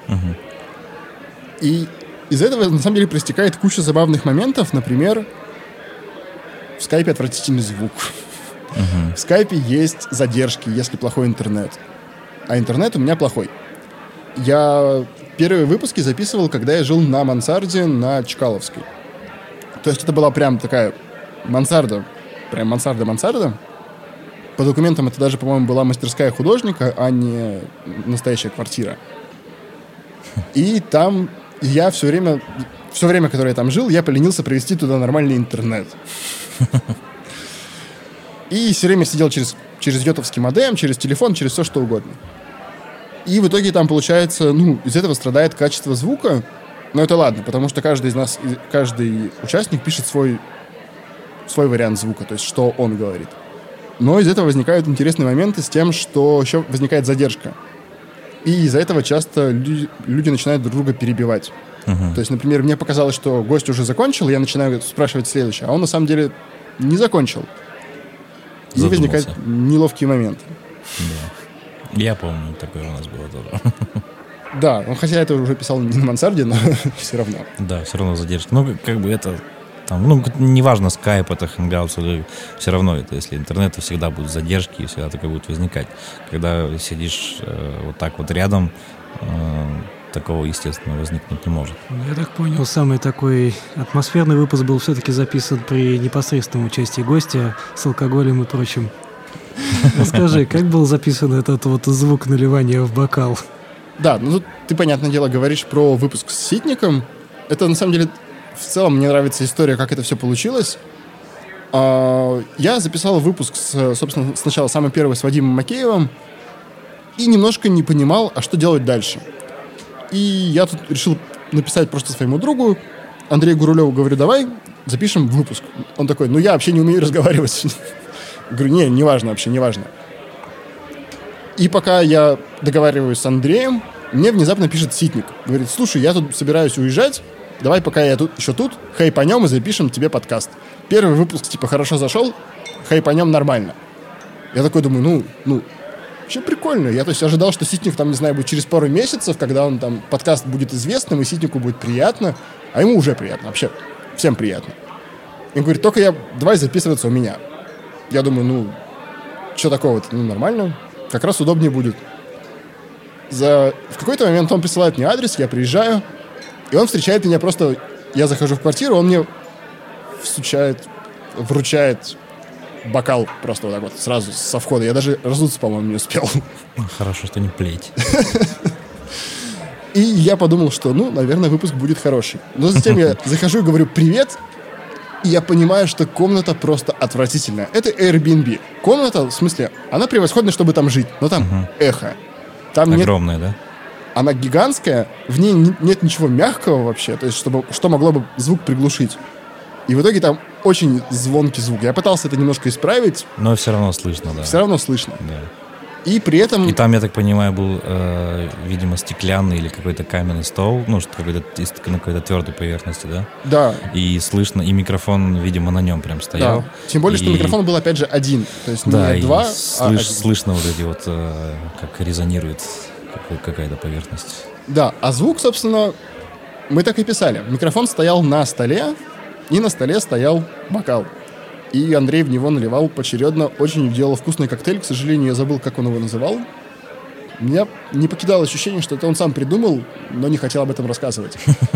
Speaker 4: И из этого, на самом деле, проистекает куча забавных моментов. Например, в Skype отвратительный звук. В Skype есть задержки, если плохой интернет. А интернет у меня плохой. Я первые выпуски записывал, когда я жил на мансарде на Чкаловской. То есть это была прям такая мансарда. Прям мансарда-мансарда. По документам это даже, по-моему, была мастерская художника, а не настоящая квартира. И там я все время, которое я там жил, я поленился провести туда нормальный интернет. И все время сидел через йотовский модем, через телефон, через все, что угодно. И в итоге там, получается, из этого страдает качество звука. Но это ладно, потому что каждый из нас, каждый участник пишет свой вариант звука, то есть что он говорит. Но из этого возникают интересные моменты с тем, что еще возникает задержка. И из-за этого часто люди начинают друг друга перебивать. То есть, например, мне показалось, что гость уже закончил, я начинаю спрашивать следующее, а он на самом деле не закончил. И возникают неловкие моменты.
Speaker 3: Да. Я помню, такое у нас было тоже.
Speaker 4: Да, хотя я это уже писал не на мансарде, но все равно.
Speaker 3: Да, все равно задержка. Как бы это там, неважно, скайп, это хэнгаутс, или все равно это, если интернет, то всегда будут задержки, и всегда такое будет возникать. Когда сидишь вот так вот рядом, такого, естественно, возникнуть не может.
Speaker 2: Я так понял, самый такой атмосферный выпуск был все-таки записан при непосредственном участии гостя с алкоголем и прочим. Расскажи, как был записан этот вот звук наливания в бокал?
Speaker 4: Да, ну тут ты, понятное дело, говоришь про выпуск с Ситником. Это, на самом деле, в целом мне нравится история, как это все получилось. Я записал выпуск, собственно, сначала самый первый с Вадимом Макеевым и немножко не понимал, а что делать дальше. И я тут решил написать просто своему другу, Андрею Гурулеву, говорю, давай запишем выпуск. Он такой, ну я вообще не умею разговаривать. Говорю, не важно вообще, не важно. И пока я договариваюсь с Андреем, мне внезапно пишет Ситник. Говорит, слушай, я тут собираюсь уезжать, давай пока я тут еще тут, хайпанем и запишем тебе подкаст. Первый выпуск типа хорошо зашел, хайпанем нормально. Я такой думаю, ну, вообще прикольно. Я то есть ожидал, что Ситник там, не знаю, будет через пару месяцев, когда он там, подкаст будет известным, и Ситнику будет приятно, а ему уже приятно, вообще всем приятно. И он говорит, только давай записываться у меня. Я думаю, что такого-то, нормально, как раз удобнее будет. В какой-то момент он присылает мне адрес, я приезжаю, и он встречает меня просто... Я захожу в квартиру, он мне вручает бокал просто вот так вот, сразу со входа. Я даже разуться, по-моему, не успел.
Speaker 3: Хорошо, что не плеть.
Speaker 4: И я подумал, что, наверное, выпуск будет хороший. Но затем я захожу и говорю «привет», и я понимаю, что комната просто отвратительная. Это Airbnb. Комната, в смысле, она превосходна, чтобы там жить, но там эхо. Там
Speaker 3: огромная, да?
Speaker 4: Она гигантская, в ней нет ничего мягкого вообще, то есть что могло бы звук приглушить. И в итоге там очень звонкий звук. Я пытался это немножко исправить.
Speaker 3: Но все равно слышно, да.
Speaker 4: Все равно слышно.
Speaker 3: Да.
Speaker 4: И при этом...
Speaker 3: И там, я так понимаю, был, видимо, стеклянный или какой-то каменный стол, на какой-то твердой поверхности, да?
Speaker 4: Да.
Speaker 3: И слышно, и микрофон, видимо, на нем прям стоял.
Speaker 4: Да. Тем более, что микрофон был, опять же, один. То есть
Speaker 3: да,
Speaker 4: не два,
Speaker 3: один. Слышно вот эти вот, как резонирует какая-то поверхность.
Speaker 4: Да, а звук, собственно, мы так и писали. Микрофон стоял на столе, и на столе стоял бокал. И Андрей в него наливал поочередно, очень делал вкусный коктейль. К сожалению, я забыл, как он его называл. Меня не покидало ощущение, что это он сам придумал, но не хотел об этом рассказывать.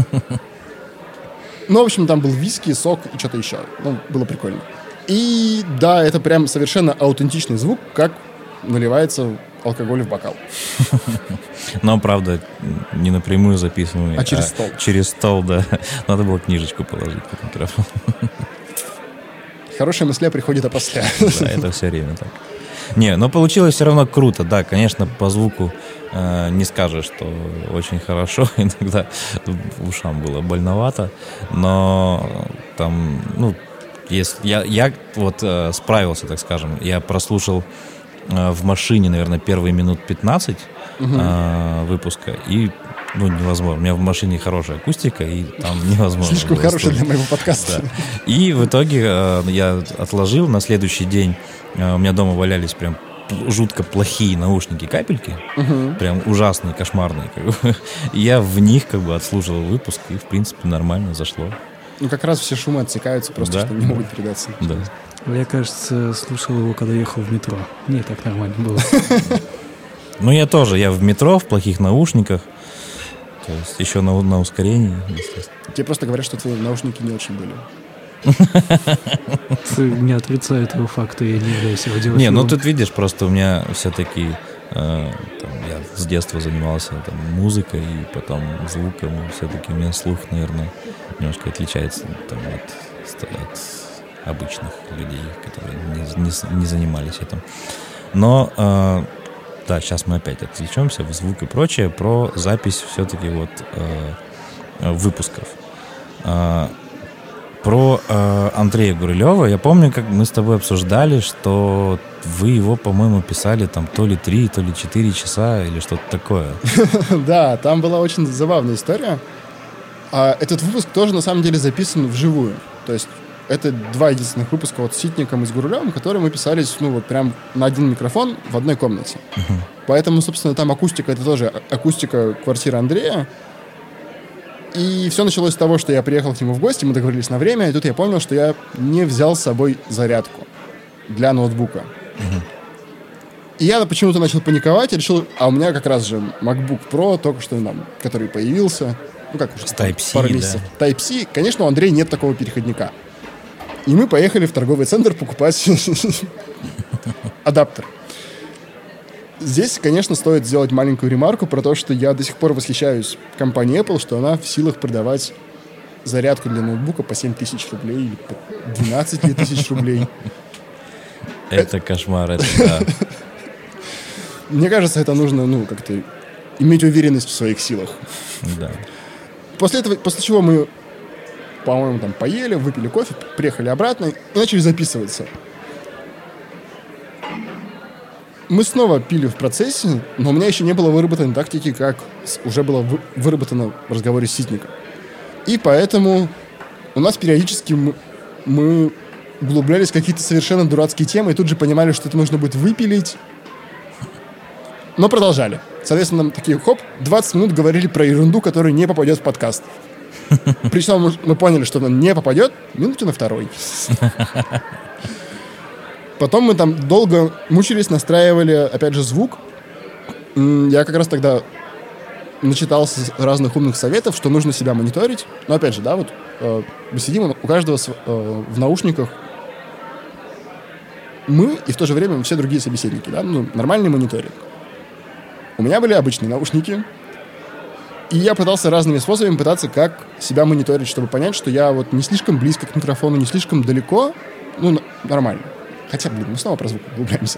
Speaker 4: Ну, в общем, там был виски, сок и что-то еще. Было прикольно. И да, это прям совершенно аутентичный звук, как наливается алкоголь в бокал.
Speaker 3: Но, правда, не напрямую записываемый,
Speaker 4: а через стол.
Speaker 3: Через стол, да. Надо было книжечку положить под микрофон.
Speaker 4: Хорошая мысля приходит опосля.
Speaker 3: Да, это все время так. Но получилось все равно круто. Да, конечно, по звуку не скажешь, что очень хорошо. Иногда ушам было больновато. Но там, если я вот справился, так скажем. Я прослушал в машине, наверное, первые минут 15 выпуска. И невозможно. У меня в машине хорошая акустика, и там невозможно.
Speaker 4: Слишком хорошая для моего подкаста.
Speaker 3: Да. И в итоге я отложил. На следующий день у меня дома валялись прям жутко плохие наушники-капельки. Прям ужасные, кошмарные. И я в них отслушал выпуск, и, в принципе, нормально зашло.
Speaker 4: Как раз все шумы отсекаются просто, что не могут передаться.
Speaker 3: Да.
Speaker 2: Я, кажется, слушал его, когда ехал в метро. Не так нормально было.
Speaker 3: Я тоже. Я в метро, в плохих наушниках. То есть еще на ускорении, естественно.
Speaker 4: Тебе просто говорят, что твои наушники не очень были.
Speaker 2: Не отрицаю этого факта, я не являюсь аудиофилом.
Speaker 3: Тут видишь, просто у меня все-таки я с детства занимался музыкой и потом звуком, и все-таки у меня слух, наверное, немножко отличается от обычных людей, которые не занимались этим. Но да, сейчас мы опять отвлечемся в звук и прочее, про запись все-таки выпусков. Про Андрея Гурулева. Я помню, как мы с тобой обсуждали, что вы его, по-моему, писали то ли 3, то ли 4 часа или что-то такое.
Speaker 4: Да, там была очень забавная история. Этот выпуск тоже, на самом деле, записан вживую. То есть это 2 единственных выпуска с Ситником и с Гурулевым, которые мы писались, прям на один микрофон в одной комнате. Поэтому, собственно, там акустика, это тоже акустика квартиры Андрея. И все началось с того, что я приехал к нему в гости, мы договорились на время, и тут я понял, что я не взял с собой зарядку для ноутбука. И я почему-то начал паниковать и решил, у меня как раз же MacBook Pro, только что который появился, как уже пару месяцев.
Speaker 3: Да.
Speaker 4: Type-C. Конечно, у Андрея нет такого переходника. И мы поехали в торговый центр покупать адаптер. Здесь, конечно, стоит сделать маленькую ремарку про то, что я до сих пор восхищаюсь компанией Apple, что она в силах продавать зарядку для ноутбука по 7 тысяч рублей или по 12 тысяч рублей.
Speaker 3: Это кошмар, это да.
Speaker 4: Мне кажется, это нужно, как-то иметь уверенность в своих силах.
Speaker 3: Да.
Speaker 4: После чего мы, по-моему, там поели, выпили кофе, приехали обратно и начали записываться. Мы снова пили в процессе, но у меня еще не было выработанной тактики, как уже было выработано в разговоре с Ситником. И поэтому у нас периодически мы углублялись в какие-то совершенно дурацкие темы и тут же понимали, что это нужно будет выпилить. Но продолжали. Соответственно, нам такие, 20 минут говорили про ерунду, которая не попадет в подкаст. Причем мы поняли, что она не попадет минуте на второй. Потом мы там долго мучились, настраивали, опять же, звук. Я как раз тогда начитался разных умных советов, что нужно себя мониторить. Но опять же, да, вот мы сидим, у каждого в наушниках мы и в то же время все другие собеседники, да, нормальный мониторинг. У меня были обычные наушники, и я пытался разными способами как себя мониторить, чтобы понять, что я вот не слишком близко к микрофону, не слишком далеко, нормально. Хотя, мы снова про звук углубляемся.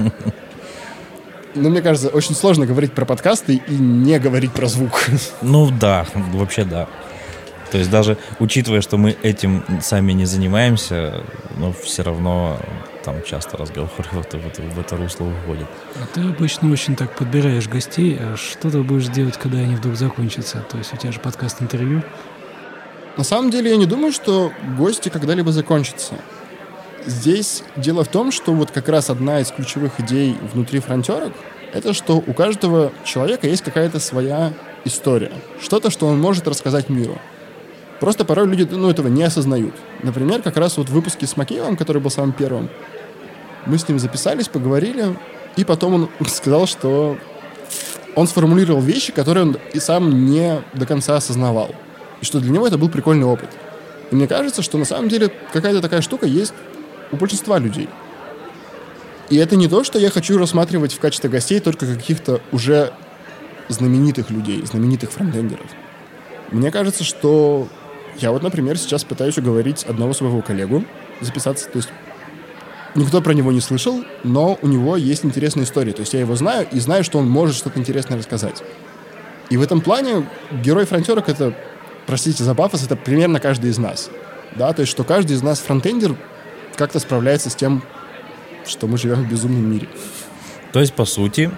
Speaker 4: Но мне кажется, очень сложно говорить про подкасты и не говорить про звук.
Speaker 3: Да, вообще да. То есть даже учитывая, что мы этим сами не занимаемся, но все равно там часто разговоры в это русло уходят.
Speaker 2: Ты обычно очень так подбираешь гостей, а что ты будешь делать, когда они вдруг закончатся? То есть у тебя же подкаст-интервью.
Speaker 4: На самом деле я не думаю, что гости когда-либо закончатся. Здесь дело в том, что вот как раз одна из ключевых идей внутри фронтерок — это что у каждого человека есть какая-то своя история. Что-то, что он может рассказать миру. Просто порой люди этого не осознают. Например, как раз вот в выпуске с Макеевым, который был самым первым, мы с ним записались, поговорили, и потом он сказал, что он сформулировал вещи, которые он и сам не до конца осознавал. И что для него это был прикольный опыт. И мне кажется, что на самом деле какая-то такая штука есть у большинства людей. И это не то, что я хочу рассматривать в качестве гостей только каких-то уже знаменитых людей, знаменитых фронтендеров. Мне кажется, что я вот, например, сейчас пытаюсь уговорить одного своего коллегу записаться. То есть никто про него не слышал, но у него есть интересная история. То есть я его знаю и знаю, что он может что-то интересное рассказать. И в этом плане герой фронтерок — это, простите за пафос, это примерно каждый из нас. Да, то есть что каждый из нас фронтендер как-то справляется с тем, что мы живем в безумном мире.
Speaker 3: То есть, по сути,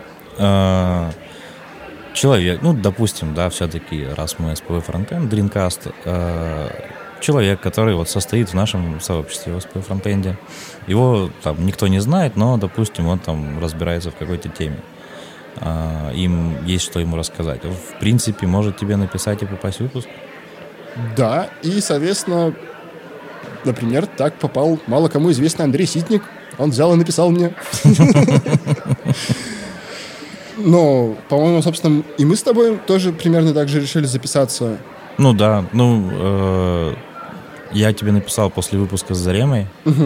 Speaker 3: человек, допустим, да, все-таки, раз мы SPV Frontend, Dreamcast, человек, который вот состоит в нашем сообществе в SPV Frontend, его там никто не знает, но, допустим, он там разбирается в какой-то теме. Им есть что ему рассказать. В принципе, может тебе написать и попасть в выпуск?
Speaker 4: Да, и, соответственно, например, так попал мало кому известный Андрей Ситник. Он взял и написал мне. Но, по-моему, собственно, и мы с тобой тоже примерно так же решили записаться.
Speaker 3: Да. Я тебе написал после выпуска с Заремой.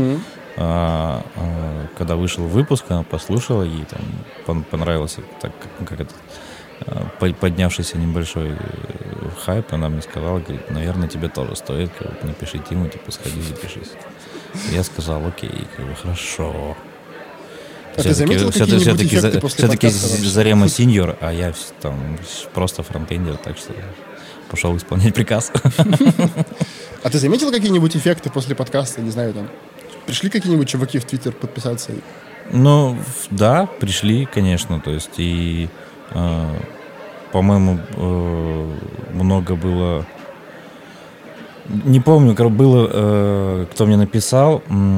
Speaker 3: Когда вышел выпуск, она послушала, ей там понравился так, как это, поднявшийся небольшой хайп, она мне сказала, говорит, наверное, тебе тоже стоит, напиши Тиму, сходи, запишись. Я сказал, окей, хорошо.
Speaker 4: А ты заметил какие-нибудь эффекты после подкаста?
Speaker 3: Все-таки Зарема сеньор, а я там просто фронтендер, так что пошел исполнять приказ.
Speaker 4: А ты заметил какие-нибудь эффекты после подкаста? Не знаю, там пришли какие-нибудь чуваки в Твиттер подписаться?
Speaker 3: Да, пришли, конечно, то есть и, по-моему, много было. Не помню, было, кто мне написал,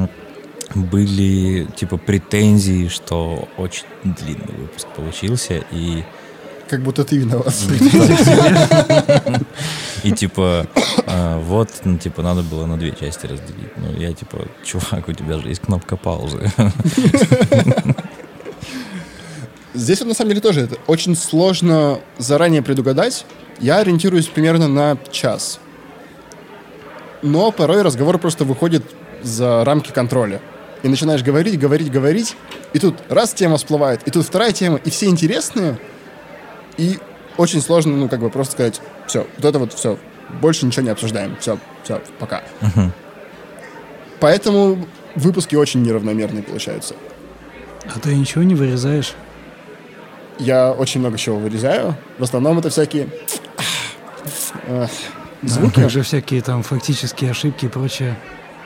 Speaker 3: были претензии, что очень длинный выпуск получился, и
Speaker 4: как будто ты виноват.
Speaker 3: И надо было на 2 части разделить. Я чувак, у тебя же есть кнопка паузы.
Speaker 4: Здесь на самом деле тоже это очень сложно заранее предугадать. Я ориентируюсь примерно на час. Но порой разговор просто выходит за рамки контроля. и начинаешь говорить, и тут раз тема всплывает, и тут вторая тема, и все интересные, и очень сложно, просто сказать, все, вот это вот все, больше ничего не обсуждаем, все, пока. Поэтому выпуски очень неравномерные получаются.
Speaker 2: А ты ничего не вырезаешь?
Speaker 4: Я очень много чего вырезаю. В основном это всякие звуки.
Speaker 2: Как же всякие там фактические ошибки и прочее.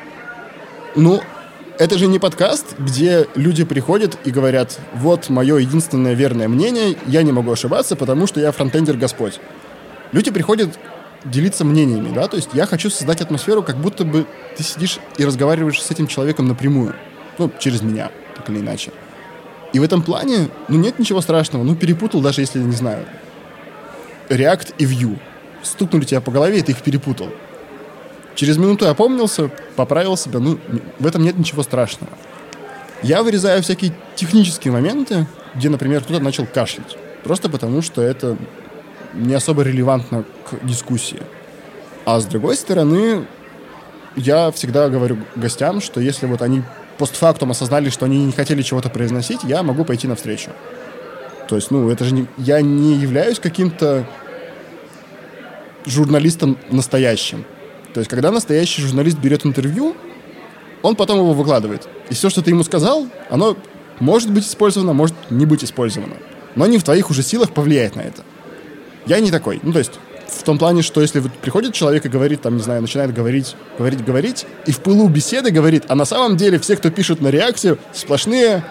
Speaker 4: Это же не подкаст, где люди приходят и говорят, вот мое единственное верное мнение, я не могу ошибаться, потому что я фронтендер Господь. Люди приходят делиться мнениями, да, то есть я хочу создать атмосферу, как будто бы ты сидишь и разговариваешь с этим человеком напрямую, через меня, так или иначе. И в этом плане, нет ничего страшного, перепутал, даже если, не знаю, React и Vue. Стукнули тебя по голове, и ты их перепутал. Через минуту я опомнился, поправил себя, в этом нет ничего страшного. Я вырезаю всякие технические моменты, где, например, кто-то начал кашлять. Просто потому, что это не особо релевантно к дискуссии. А с другой стороны, я всегда говорю гостям, что если вот они постфактум осознали, что они не хотели чего-то произносить, я могу пойти навстречу. То есть, это же я не являюсь каким-то журналистом настоящим. То есть, когда настоящий журналист берет интервью, он потом его выкладывает. И все, что ты ему сказал, оно может быть использовано, может не быть использовано. Но не в твоих уже силах повлиять на это. Я не такой. То есть, в том плане, что если вот приходит человек и говорит, начинает говорить, и в пылу беседы говорит, а на самом деле все, кто пишет на реакцию, сплошные...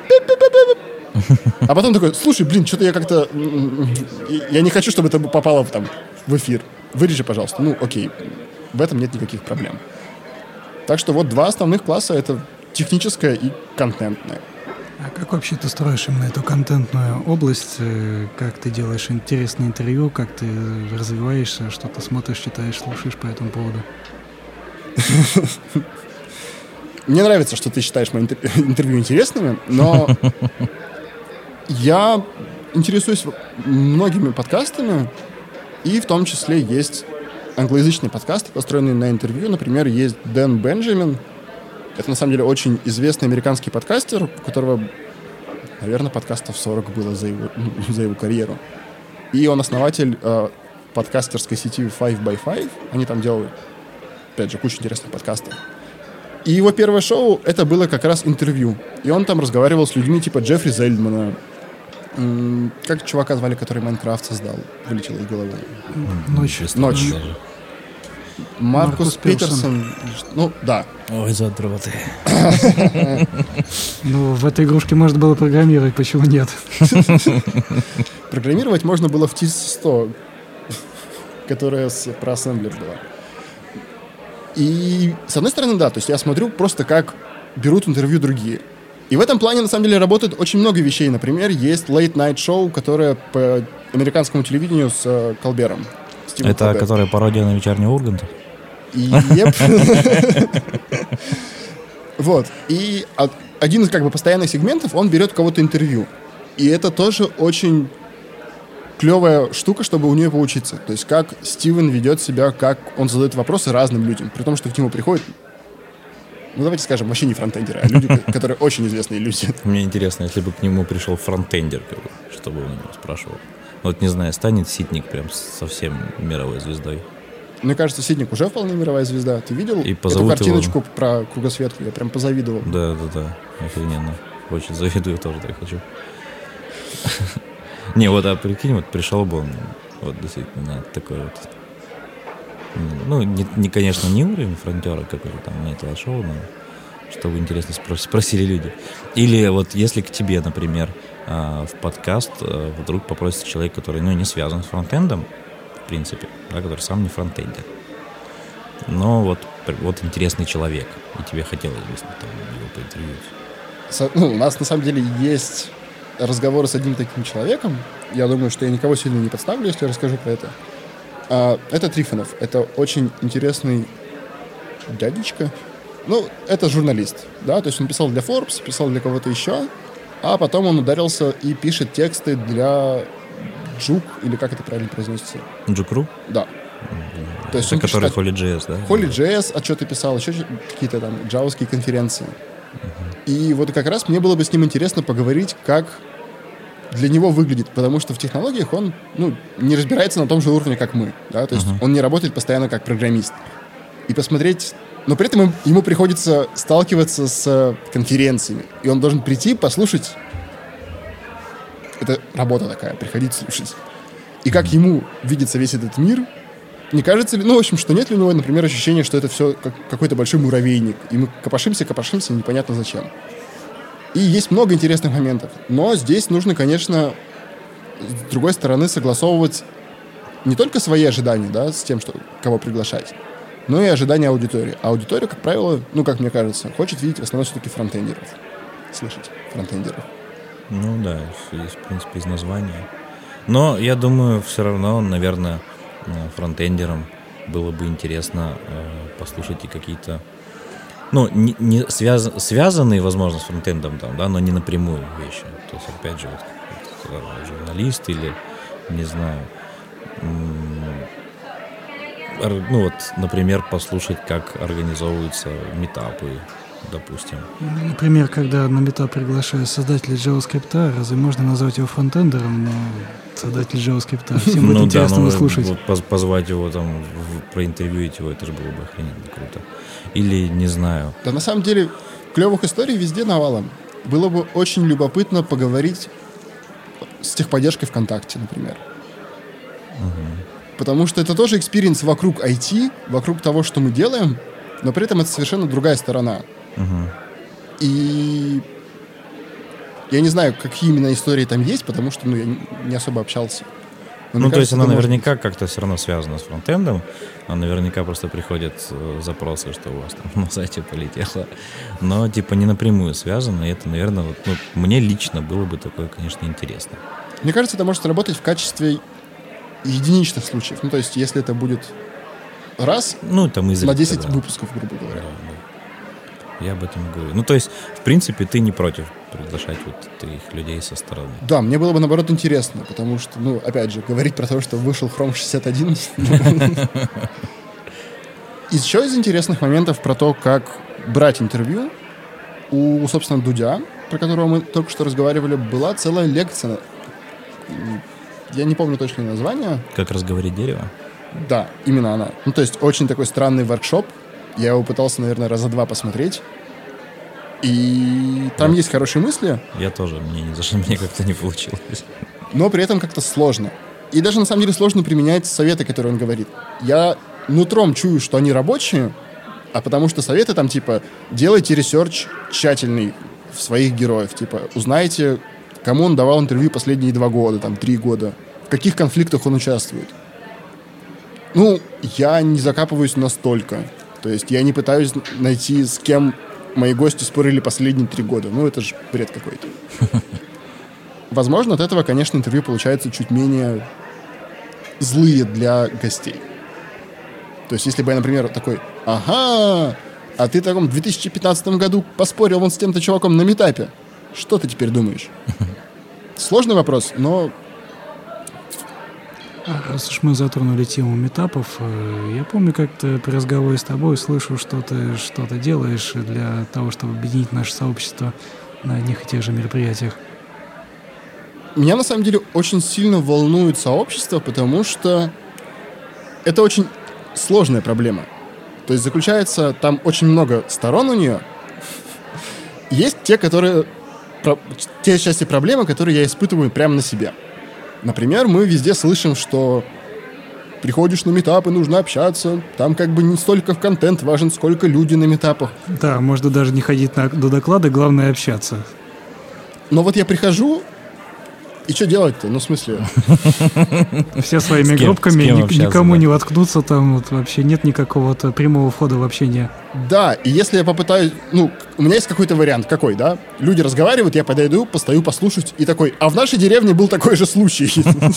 Speaker 4: А потом такой, слушай, что-то я как-то... Я не хочу, чтобы это попало в эфир. Вырежи, пожалуйста. Окей. В этом нет никаких проблем. Так что вот два основных класса — это техническое и контентное.
Speaker 2: А как вообще ты строишь именно эту контентную область? Как ты делаешь интересные интервью? Как ты развиваешься? Что ты смотришь, читаешь, слушаешь по этому поводу?
Speaker 4: Мне нравится, что ты считаешь мои интервью интересными, но я интересуюсь многими подкастами, и в том числе есть англоязычные подкасты, построенные на интервью. Например, есть Дэн Бенджамин. Это, на самом деле, очень известный американский подкастер, у которого, наверное, подкастов 40 было за его карьеру. И он основатель подкастерской сети 5by5. Они там делают, опять же, кучу интересных подкастов. И его первое шоу, это было как раз интервью. И он там разговаривал с людьми типа Джеффри Зельдмана. Как чувака звали, который Майнкрафт создал? Вылетело из головы. Ночь. Маркус Питерсон. Да.
Speaker 3: Ой, задроты.
Speaker 2: В этой игрушке можно было программировать, почему нет?
Speaker 4: Программировать можно было в TIS-100, которая про ассемблер была. И, с одной стороны, да, то есть я смотрю просто, как берут интервью другие. И в этом плане, на самом деле, работает очень много вещей. Например, есть Late Night Show, которое по американскому телевидению с Колбером.
Speaker 3: Это которая пародия на вечерний Ургант?
Speaker 4: Еп. Вот. И один из постоянных сегментов, он берет у кого-то интервью. И это тоже очень клевая штука, чтобы у нее поучиться. То есть как Стивен ведет себя, как он задает вопросы разным людям. При том, что к нему приходят, давайте скажем, вообще не фронтендеры, а люди, которые очень известные люди.
Speaker 3: Мне интересно, если бы к нему пришел фронтендер, что бы он его спрашивал. Не знаю, станет Ситник прям совсем мировой звездой.
Speaker 4: Мне кажется, Ситник уже вполне мировая звезда. Ты видел эту картиночку про кругосветку? Я прям позавидовал.
Speaker 3: Да. Охрененно. Очень завидую, тоже так хочу. Не, а прикинь, пришел бы он, действительно, такой не, конечно, не уровень фронтера какой-то там, не этого шоу, но чтобы интересно спросили люди. Или если к тебе, например, в подкаст вдруг попросится человек, который, не связан с фронтендом, в принципе, да, который сам не фронтендер, но интересный человек, и тебе хотелось бы его поинтервьюировать.
Speaker 4: У нас, на самом деле, есть разговоры с одним таким человеком. Я думаю, что я никого сильно не подставлю, если я расскажу про это. Это Трифонов. Это очень интересный дядечка. Это журналист, да, то есть он писал для Forbes, писал для кого-то еще, а потом он ударился и пишет тексты для Juke, или как это правильно произносится?
Speaker 3: Juke.ru?
Speaker 4: Да.
Speaker 3: То есть это который Holy.js, да?
Speaker 4: Holy.js отчеты писал, еще какие-то там джавовские конференции. И вот как раз мне было бы с ним интересно поговорить, как для него выглядит, потому что в технологиях он не разбирается на том же уровне, как мы. Да? То есть он не работает постоянно как программист. И посмотреть... Но при этом ему приходится сталкиваться с конференциями. И он должен прийти, послушать. Это работа такая, приходить слушать. И как ему видится весь этот мир, не кажется ли... в общем, что нет ли у него, например, ощущения, что это все как какой-то большой муравейник. И мы копошимся, непонятно зачем. И есть много интересных моментов. Но здесь нужно, конечно, с другой стороны, согласовывать не только свои ожидания, да, с тем, кого приглашать, но и ожидания аудитории. А аудитория, как правило, как мне кажется, хочет видеть в основном все-таки фронтендеров. Слышать фронтендеров.
Speaker 3: Ну да, есть, в принципе, из названия. Но я думаю, все равно, наверное, фронтендерам было бы интересно послушать и какие-то, не связанные, возможно, с фронтендом, там, да, но не напрямую вещи. То есть, опять же, журналист или, не знаю, например, послушать, как организовываются митапы, допустим.
Speaker 2: Например, когда на митап приглашают создателя JavaScript, разве можно назвать его фронтендером, но создатель JavaScript? Всем будет интересно слушать.
Speaker 3: Вот позвать его там, проинтервьюить его, это же было бы охрененно круто. Или, не знаю.
Speaker 4: Да, на самом деле, клевых историй везде навалом. Было бы очень любопытно поговорить с техподдержкой ВКонтакте, например. Потому что это тоже экспириенс вокруг IT, вокруг того, что мы делаем, но при этом это совершенно другая сторона. И я не знаю, какие именно истории там есть, потому что я не особо общался.
Speaker 3: То есть она наверняка как-то все равно связана с фронтендом, а наверняка просто приходят запросы, что у вас там на сайте полетело. Но не напрямую связано, и это, наверное, мне лично было бы такое, конечно, интересно.
Speaker 4: Мне кажется, это может работать в качестве единичных случаев. То есть, если это будет раз
Speaker 3: там
Speaker 4: на 10 выпусков, грубо говоря.
Speaker 3: Да. Я об этом говорю. То есть, в принципе, ты не против приглашать таких людей со стороны.
Speaker 4: Да, мне было бы, наоборот, интересно, потому что, опять же, говорить про то, что вышел Chrome 61. Еще из интересных моментов про то, как брать интервью, у, собственно, Дудя, про которого мы только что разговаривали, была целая лекция. Я не помню точное название.
Speaker 3: Как разговорить дерево?
Speaker 4: Да, именно она. То есть очень такой странный воркшоп. Я его пытался, наверное, раза 2 посмотреть. И там есть хорошие мысли.
Speaker 3: Я тоже. Мне как-то не получилось.
Speaker 4: Но при этом как-то сложно. И даже, на самом деле, сложно применять советы, которые он говорит. Я нутром чую, что они рабочие, а потому что советы там, делайте ресерч тщательный в своих героев. Узнайте, кому он давал интервью последние 2 года, 3 года, в каких конфликтах он участвует. Я не закапываюсь настолько. То есть я не пытаюсь найти, с кем мои гости спорили последние 3 года. Это же бред какой-то. Возможно, от этого, конечно, интервью получается чуть менее злые для гостей. То есть если бы я, например, такой: ага, а ты в 2015 году поспорил вон с тем-то чуваком на митапе. Что ты теперь думаешь? Сложный вопрос, но...
Speaker 2: Раз уж мы затронули тему митапов, я помню, как-то при разговоре с тобой слышу, что ты что-то делаешь для того, чтобы объединить наше сообщество на одних и тех же мероприятиях.
Speaker 4: Меня, на самом деле, очень сильно волнует сообщество, потому что это очень сложная проблема. То есть заключается, там очень много сторон у нее. Есть те части проблемы, которые я испытываю прямо на себе. Например, мы везде слышим, что приходишь на митапы, нужно общаться, там не столько в контент важен, сколько люди на митапах.
Speaker 2: Да, можно даже не ходить до доклада, главное общаться.
Speaker 4: Но я прихожу, и что делать-то? В смысле?
Speaker 2: Все своими группками, никому не воткнуться, там вообще нет никакого-то прямого входа в общение.
Speaker 4: Да, и если я попытаюсь... у меня есть какой-то вариант. Какой, да? Люди разговаривают, я подойду, постою послушать, и такой: а в нашей деревне был такой же случай.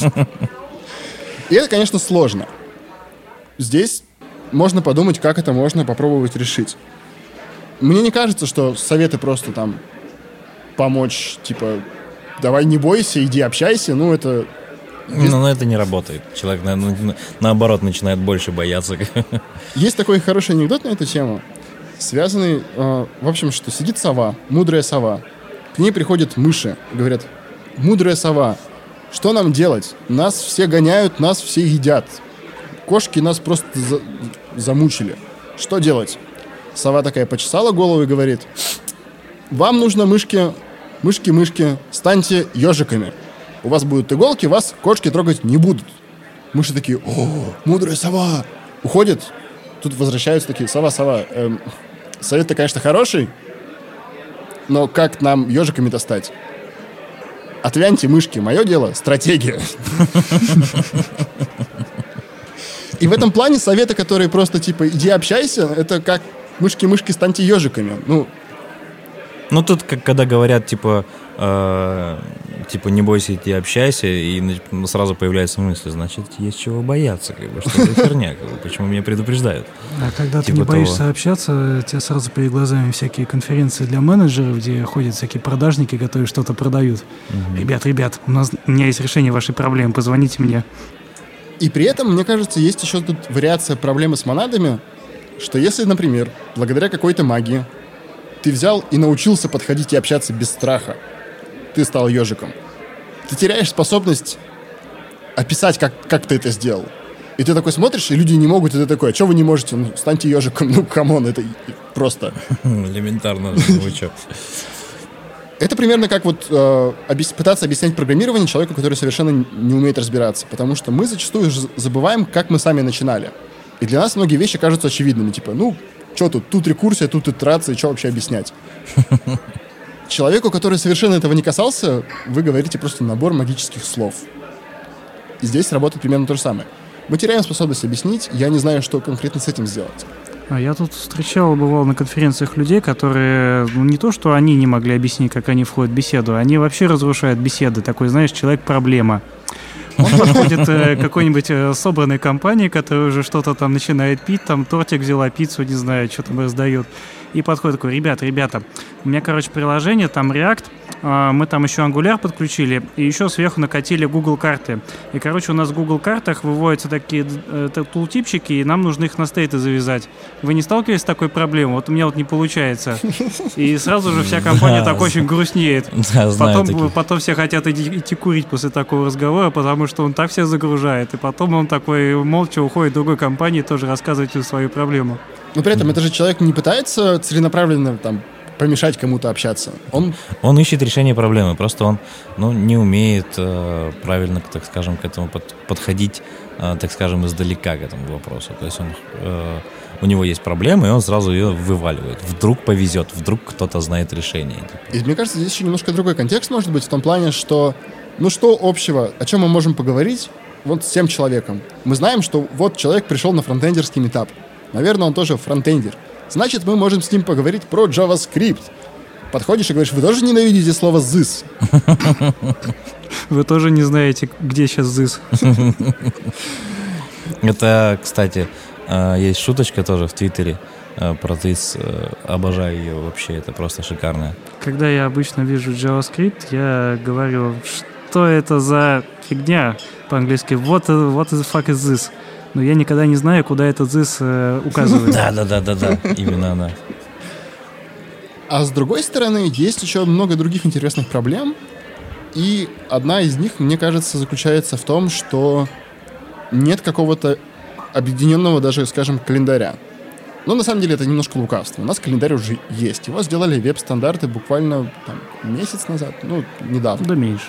Speaker 4: И это, конечно, сложно. Здесь можно подумать, как это можно попробовать решить. Мне не кажется, что советы просто помочь, давай не бойся, иди общайся, это...
Speaker 3: Но это не работает. Человек, наоборот, начинает больше бояться.
Speaker 4: Есть такой хороший анекдот на эту тему. связанный, в общем, что сидит сова, мудрая сова. К ней приходят мыши и говорят: мудрая сова, что нам делать? Нас все гоняют, нас все едят. Кошки нас просто замучили. Что делать? Сова такая почесала голову и говорит: вам нужно, мышки, станьте ежиками. У вас будут иголки, вас кошки трогать не будут. Мыши такие: о, мудрая сова. Уходят. Тут возвращаются такие: сова, совет-то, конечно, хороший, но как нам ежиками-то стать? Отвяньте, мышки, мое дело — стратегия. И в этом плане советы, которые просто типа иди общайся, это как мышки, станьте ежиками.
Speaker 3: Ну, тут, когда говорят, типа, не бойся, иди общайся, и сразу появляется мысль, значит, есть чего бояться, как бы, что за херня, как бы, почему меня предупреждают.
Speaker 2: А когда
Speaker 3: типа
Speaker 2: ты не боишься общаться, тебя сразу перед глазами всякие конференции для менеджеров, где ходят всякие продажники, которые что-то продают. Ребят, у меня есть решение вашей проблемы, позвоните мне.
Speaker 4: И при этом, мне кажется, есть еще тут вариация проблемы с монадами, что если, например, благодаря какой-то магии ты взял и научился подходить и общаться без страха, ты стал ежиком, ты теряешь способность описать, как ты это сделал. И ты такой смотришь, и люди не могут, и ты такой: а что вы не можете? Ну, станьте ежиком, ну, камон, это просто...
Speaker 3: Элементарно, вы что?
Speaker 4: Это примерно как вот пытаться объяснять программирование человеку, который совершенно не умеет разбираться. Потому что мы зачастую забываем, как мы сами начинали. И для нас многие вещи кажутся очевидными. Типа, что тут рекурсия, тут итерация, что вообще объяснять? Человеку, который совершенно этого не касался, вы говорите просто набор магических слов. И здесь работает примерно то же самое. Мы теряем способность объяснить, я не знаю, что конкретно с этим сделать.
Speaker 2: А я тут встречал, бывал на конференциях людей, которые, не то, что они не могли объяснить, как они входят в беседу, они вообще разрушают беседы. Такой, знаешь, человек-проблема. Он подходит к какой-нибудь собранной компании, которая уже что-то там начинает пить, там тортик взяла, пиццу, не знаю, что там раздает. И подходит такой: ребята, у меня, приложение, там React, мы там еще Angular подключили, и еще сверху накатили Google карты. И, у нас в Google картах выводятся такие тултипчики, и нам нужно их на стейты завязать. Вы не сталкивались с такой проблемой? Вот у меня не получается. И сразу же вся компания так очень грустнеет. Потом все хотят идти курить после такого разговора, потому что он так всех загружает. И потом он такой молча уходит в другой компании тоже рассказывать свою проблему.
Speaker 4: Но при этом это же человек не пытается целенаправленно помешать кому-то общаться.
Speaker 3: Он ищет решение проблемы, просто он не умеет правильно, так скажем, к этому подходить, так скажем, издалека к этому вопросу. То есть у него есть проблема, и он сразу ее вываливает. Вдруг повезет, вдруг кто-то знает решение.
Speaker 4: И мне кажется, здесь еще немножко другой контекст может быть в том плане, что что общего, о чем мы можем поговорить вот с тем человеком? Мы знаем, что вот человек пришел на фронтендерский митап. Наверное, он тоже фронтендер. Значит, мы можем с ним поговорить про JavaScript. Подходишь и говоришь: вы тоже ненавидите слово «this»?
Speaker 2: Вы тоже не знаете, где сейчас «this».
Speaker 3: Это, кстати, есть шуточка тоже в Твиттере про «this». Обожаю ее вообще, это просто шикарно.
Speaker 2: Когда я обычно вижу JavaScript, я говорю: что это за фигня? По-английски what the fuck is this? Но я никогда не знаю, куда этот this указывает.
Speaker 3: Да, именно она.
Speaker 4: А с другой стороны, есть еще много других интересных проблем. И одна из них, мне кажется, заключается в том, что нет какого-то объединенного даже, скажем, календаря. Но на самом деле это немножко лукавство. У нас календарь уже есть. Его сделали веб-стандарты буквально месяц назад, недавно.
Speaker 2: Да меньше.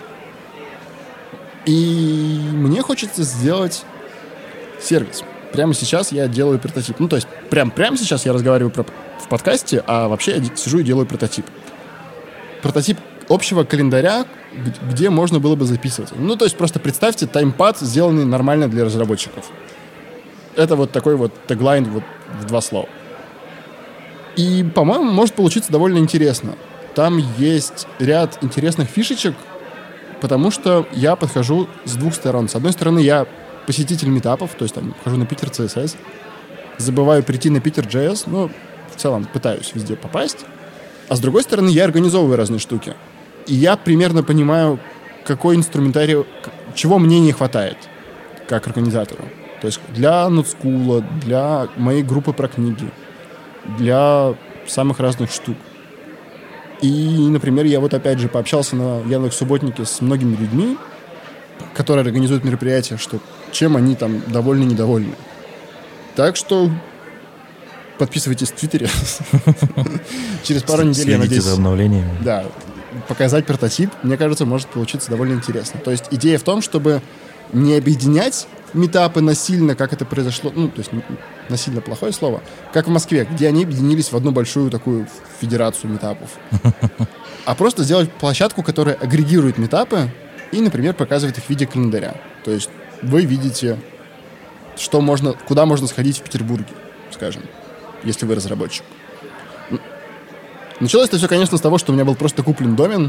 Speaker 4: И мне хочется сделать сервис. Прямо сейчас я делаю прототип. То есть прямо сейчас я разговариваю в подкасте, а вообще я сижу и делаю прототип. Прототип общего календаря, где можно было бы записывать. То есть просто представьте таймпад, сделанный нормально для разработчиков. Это вот такой вот теглайн в 2 слова. И, по-моему, может получиться довольно интересно. Там есть ряд интересных фишечек, потому что я подхожу с 2 сторон. С одной стороны, я посетитель митапов, то есть хожу на Питер CSS, забываю прийти на Питер JS, в целом пытаюсь везде попасть. А с другой стороны, я организовываю разные штуки. И я примерно понимаю, какой инструментарий, чего мне не хватает как организатору. То есть для NodeSchool, для моей группы про книги, для самых разных штук. И, например, я вот опять же пообщался на Яндекс.Субботнике с многими людьми, которые организуют мероприятия, что чем они там довольны, недовольны. Так что подписывайтесь в Твиттере. Через пару недель, я надеюсь...
Speaker 3: Следите за обновлениями.
Speaker 4: Да, показать прототип, мне кажется, может получиться довольно интересно. То есть идея в том, чтобы не объединять митапы насильно, как это произошло, ну, то есть насильно плохое слово, как в Москве, где они объединились в одну большую такую федерацию митапов. А просто сделать площадку, которая агрегирует митапы и, например, показывает их в виде календаря. То есть вы видите, что можно, куда можно сходить в Петербурге, скажем, если вы разработчик. Началось это все, конечно, с того, что у меня был просто куплен домен.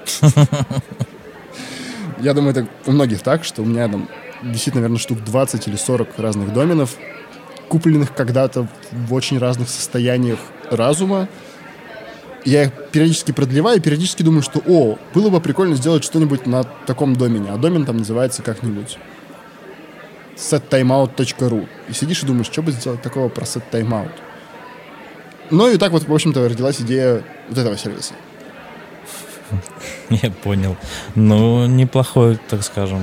Speaker 4: Я думаю, это у многих так, что у меня там висит, наверное, штук 20 или 40 разных доменов, купленных когда-то в очень разных состояниях разума. Я их периодически продлеваю и периодически думаю, что, было бы прикольно сделать что-нибудь на таком домене. А домен там называется как-нибудь settimeout.ru. И сидишь и думаешь, что бы сделать такого про settimeout. Ну и так вот, в общем-то, родилась идея вот этого сервиса.
Speaker 3: Я понял. Ну, неплохой, так скажем.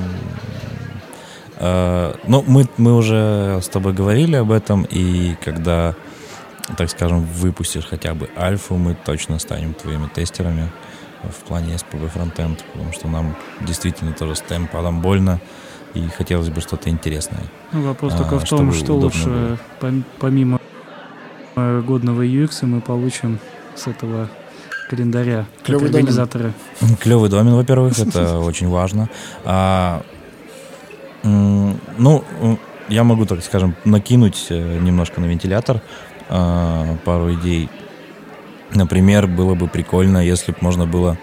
Speaker 3: Ну, мы уже с тобой говорили об этом, и когда, так скажем, выпустишь хотя бы альфу, мы точно станем твоими тестерами в плане SPB Frontend, потому что нам действительно тоже с таймпадом больно, и хотелось бы что-то интересное.
Speaker 2: Вопрос только в том, что лучше, помимо годного UX, мы получим с этого календаря, как организаторы.
Speaker 3: Клевый домен, во-первых, это очень важно. Ну, я могу, так скажем, накинуть немножко на вентилятор пару идей. Например, было бы прикольно, если бы можно было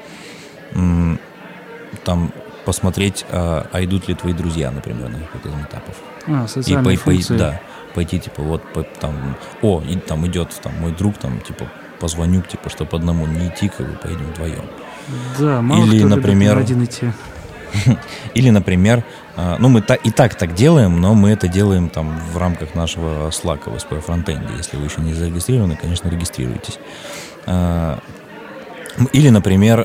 Speaker 3: там посмотреть, идут ли твои друзья, например, на какой-то из этапов.
Speaker 2: Социальные функции.
Speaker 3: Да, пойти, типа, вот там, и там идет там мой друг, там, типа, позвоню, типа, чтобы одному не идти, как бы пойдем вдвоем.
Speaker 2: Да, мало
Speaker 3: или,
Speaker 2: кто
Speaker 3: например,
Speaker 2: любит один идти.
Speaker 3: Или, например, мы и так делаем, но мы это делаем там в рамках нашего Slack в SPB Frontend. Если вы еще не зарегистрированы, конечно, регистрируйтесь. Или, например,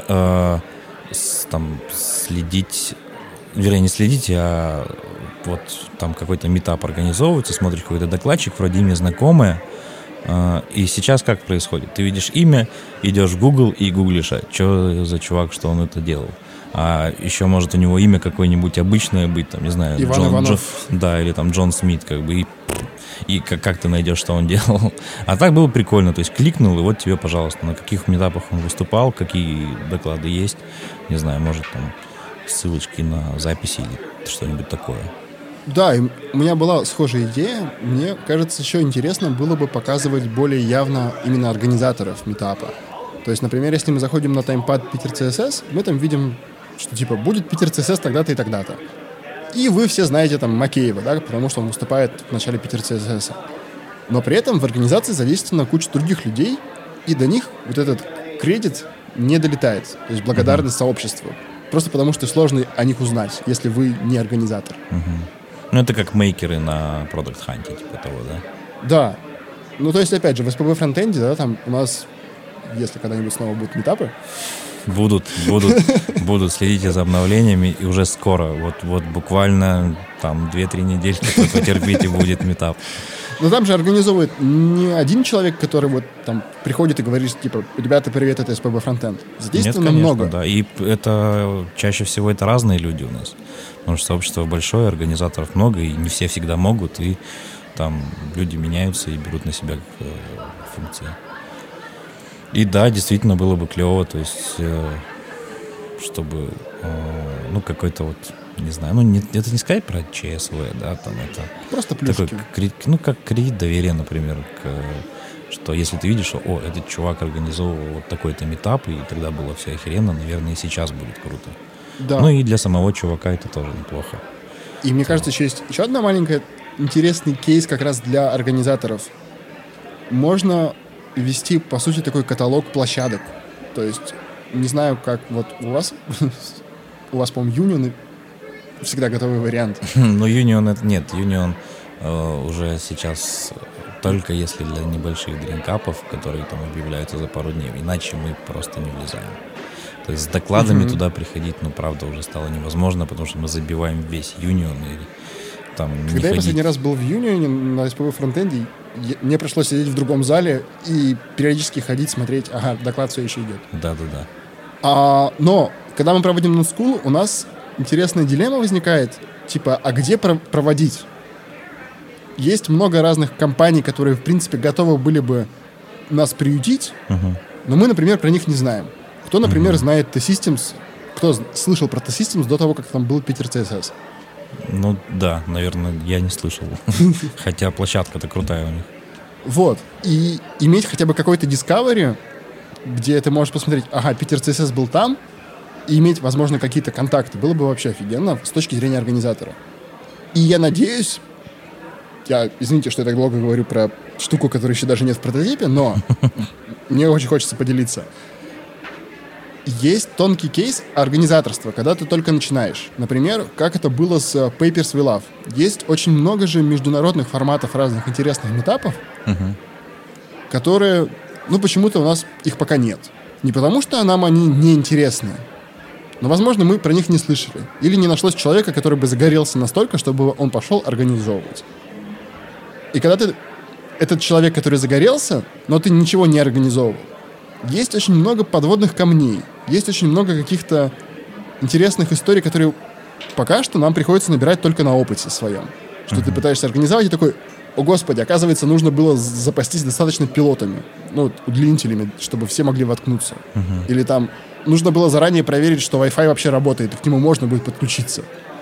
Speaker 3: там следить, вернее, не следить, а вот там какой-то митап организовывается, смотришь какой-то докладчик, вроде имя знакомое, и сейчас как происходит? Ты видишь имя, идешь в Google и гуглишь, что за чувак, что он это делал. А еще может у него имя какое-нибудь обычное быть, там, не знаю, Джон, да, или там Джон Смит, как бы, и как ты найдешь, что он делал. А так было прикольно, то есть кликнул, и вот тебе, пожалуйста, на каких митапах он выступал, какие доклады есть, не знаю, может там ссылочки на записи или что-нибудь такое.
Speaker 4: Да, и у меня была схожая идея. Мне кажется, еще интересно было бы показывать более явно именно организаторов митапа. То есть, например, если мы заходим на таймпад Питер CSS, мы там видим, что типа будет Питер CSS тогда-то и тогда-то. И вы все знаете там Макеева, да, потому что он выступает в начале Питер CSS. Но при этом в организации задействована куча других людей, и до них вот этот кредит не долетает. То есть благодарность сообществу. Просто потому что сложно о них узнать, если вы не организатор.
Speaker 3: Ну, это как мейкеры на Product Hunt, типа того, да?
Speaker 4: Да. Ну, то есть, опять же, в SPB Frontend, да, там у нас, если когда-нибудь снова будут митапы,
Speaker 3: Будут следить за обновлениями, и уже скоро, вот буквально там 2-3 недельки потерпите, будет митап.
Speaker 4: Но там же организовывает не один человек, который вот там приходит и говорит, типа, ребята, привет, это SPB Frontend. Задействовано много.
Speaker 3: Да, и это чаще всего это разные люди у нас. Потому что сообщество большое, организаторов много, и не все всегда могут, и там люди меняются и берут на себя функции. И да, действительно было бы клево, то есть, чтобы, какой-то вот, не знаю, это не сказать про ЧСВ, да, там это...
Speaker 4: Просто плюшки.
Speaker 3: Такой, как кредит доверия, например, что если ты видишь, что, этот чувак организовывал вот такой-то митап, и тогда было все охеренно, наверное, и сейчас будет круто.
Speaker 4: Да.
Speaker 3: Ну и для самого чувака это тоже неплохо.
Speaker 4: И мне кажется, есть еще одна маленькая интересный кейс как раз для организаторов. Можно ввести, по сути, такой каталог площадок. То есть, не знаю, как вот у вас, по-моему, Union всегда готовый вариант.
Speaker 3: Ну, Union это нет. Union уже сейчас только если для небольших дринкапов, которые там объявляются за пару дней. Иначе мы просто не влезаем. То есть с докладами туда приходить, правда, уже стало невозможно, потому что мы забиваем весь юнион. И там
Speaker 4: Когда я последний раз был в юнионе на СПБ фронтенде, мне пришлось сидеть в другом зале и периодически ходить, смотреть, доклад все еще идет.
Speaker 3: Да.
Speaker 4: Но когда мы проводим NetSchool, у нас интересная дилемма возникает, типа, а где проводить? Есть много разных компаний, которые, в принципе, готовы были бы нас приютить, но мы, например, про них не знаем. Кто, например, знает T-Systems, кто слышал про T-Systems до того, как там был Питер CSS?
Speaker 3: Ну да, наверное, я не слышал. Хотя площадка-то крутая у них.
Speaker 4: Вот. И иметь хотя бы какой-то Discovery, где ты можешь посмотреть, Питер CSS был там, и иметь, возможно, какие-то контакты, было бы вообще офигенно с точки зрения организатора. И я надеюсь, извините, что я так долго говорю про штуку, которая еще даже нет в прототипе, но мне очень хочется поделиться. Есть тонкий кейс организаторства, когда ты только начинаешь. Например, как это было с Papers We Love. Есть очень много же международных форматов разных интересных митапов, которые, почему-то у нас их пока нет. Не потому, что нам они неинтересны, но, возможно, мы про них не слышали. Или не нашлось человека, который бы загорелся настолько, чтобы он пошел организовывать. И когда ты этот человек, который загорелся, но ты ничего не организовывал, есть очень много подводных камней, есть очень много каких-то интересных историй, которые пока что нам приходится набирать только на опыте своем. Что ты пытаешься организовать и такой, о господи, оказывается, нужно было запастись достаточно пилотами, удлинителями, чтобы все могли воткнуться. Или там нужно было заранее проверить, что Wi-Fi вообще работает, и к нему можно будет подключиться.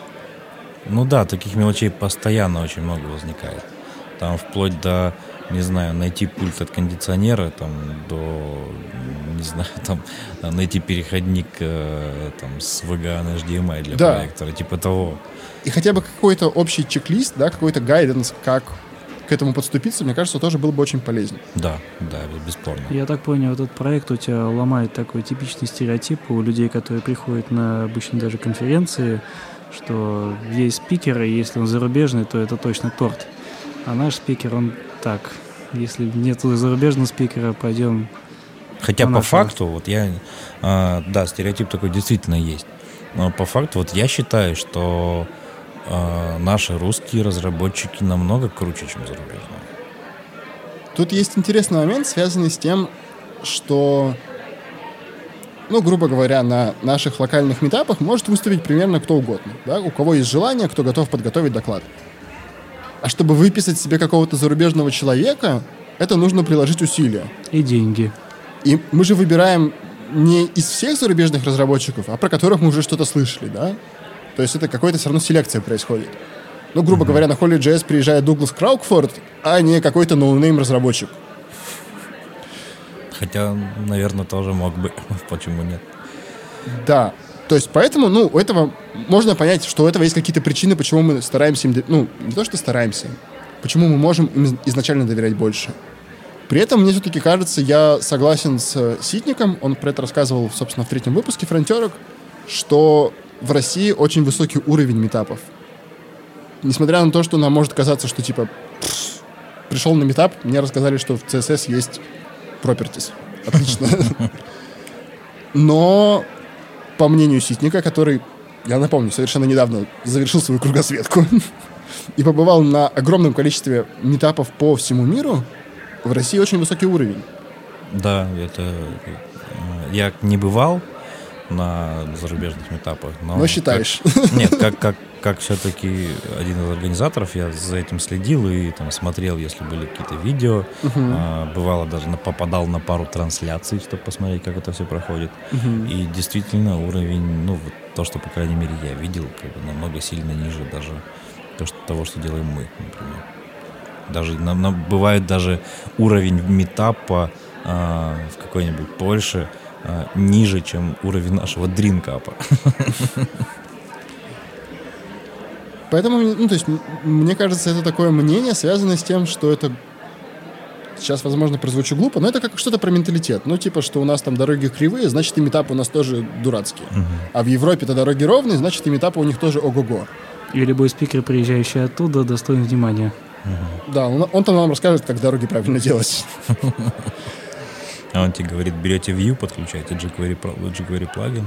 Speaker 3: Ну да, таких мелочей постоянно очень много возникает. Там вплоть до, не знаю, найти пульт от кондиционера, там, до, не знаю, там, найти переходник там, с VGA на HDMI для проектора, типа того.
Speaker 4: И хотя бы какой-то общий чек-лист, какой-то гайденс, как к этому подступиться, мне кажется, тоже был бы очень полезен.
Speaker 3: Да, бесспорно.
Speaker 2: Я так понял, этот проект у тебя ломает такой типичный стереотип у людей, которые приходят на обычно даже конференции, что есть спикер, и если он зарубежный, то это точно торт. А наш спикер, он так, если нет зарубежного спикера, пойдем.
Speaker 3: Хотя по факту, стереотип такой действительно есть. Но по факту, я считаю, что наши русские разработчики намного круче, чем зарубежные.
Speaker 4: Тут есть интересный момент, связанный с тем, что, грубо говоря, на наших локальных митапах может выступить примерно кто угодно. Да? У кого есть желание, кто готов подготовить доклад. А чтобы выписать себе какого-то зарубежного человека, это нужно приложить усилия.
Speaker 2: И деньги.
Speaker 4: И мы же выбираем не из всех зарубежных разработчиков, а про которых мы уже что-то слышали, да? То есть это какая-то все равно селекция происходит. Грубо говоря, на Holy.js приезжает Дуглас Краукфорд, а не какой-то ноунейм разработчик.
Speaker 3: Хотя, наверное, тоже мог бы. Почему нет?
Speaker 4: Да. То есть поэтому, у этого можно понять, что у этого есть какие-то причины, почему мы стараемся им... не то, что стараемся. Почему мы можем им изначально доверять больше. При этом, мне все-таки кажется, я согласен с Ситником, он про это рассказывал, собственно, в 3-м выпуске «Фронтерок», что в России очень высокий уровень митапов. Несмотря на то, что нам может казаться, что пришел на митап, мне рассказали, что в CSS есть properties. Отлично. Но, по мнению Ситника, который, я напомню, совершенно недавно завершил свою кругосветку и побывал на огромном количестве митапов по всему миру, в России очень высокий уровень.
Speaker 3: Да, это... Я не бывал на зарубежных митапах, но
Speaker 4: считаешь.
Speaker 3: Нет, как все-таки один из организаторов, я за этим следил и там смотрел, если были какие-то видео. Бывало, даже попадал на пару трансляций, чтобы посмотреть, как это все проходит. И действительно уровень, то, что, по крайней мере, я видел, намного сильно ниже даже того, что делаем мы, например. Даже бывает даже уровень митапа в какой-нибудь Польше ниже, чем уровень нашего дринкапа.
Speaker 4: Поэтому, мне кажется, это такое мнение, связанное с тем, что это... Сейчас, возможно, прозвучу глупо, но это как что-то про менталитет. Что у нас там дороги кривые, значит, и митапы у нас тоже дурацкие. А в Европе-то дороги ровные, значит, и митапы у них тоже ого-го.
Speaker 2: И любой спикер, приезжающий оттуда, достоин внимания.
Speaker 4: Да, он там нам расскажет, как дороги правильно делать.
Speaker 3: А он тебе говорит, берете Vue, подключайте jQuery плагин.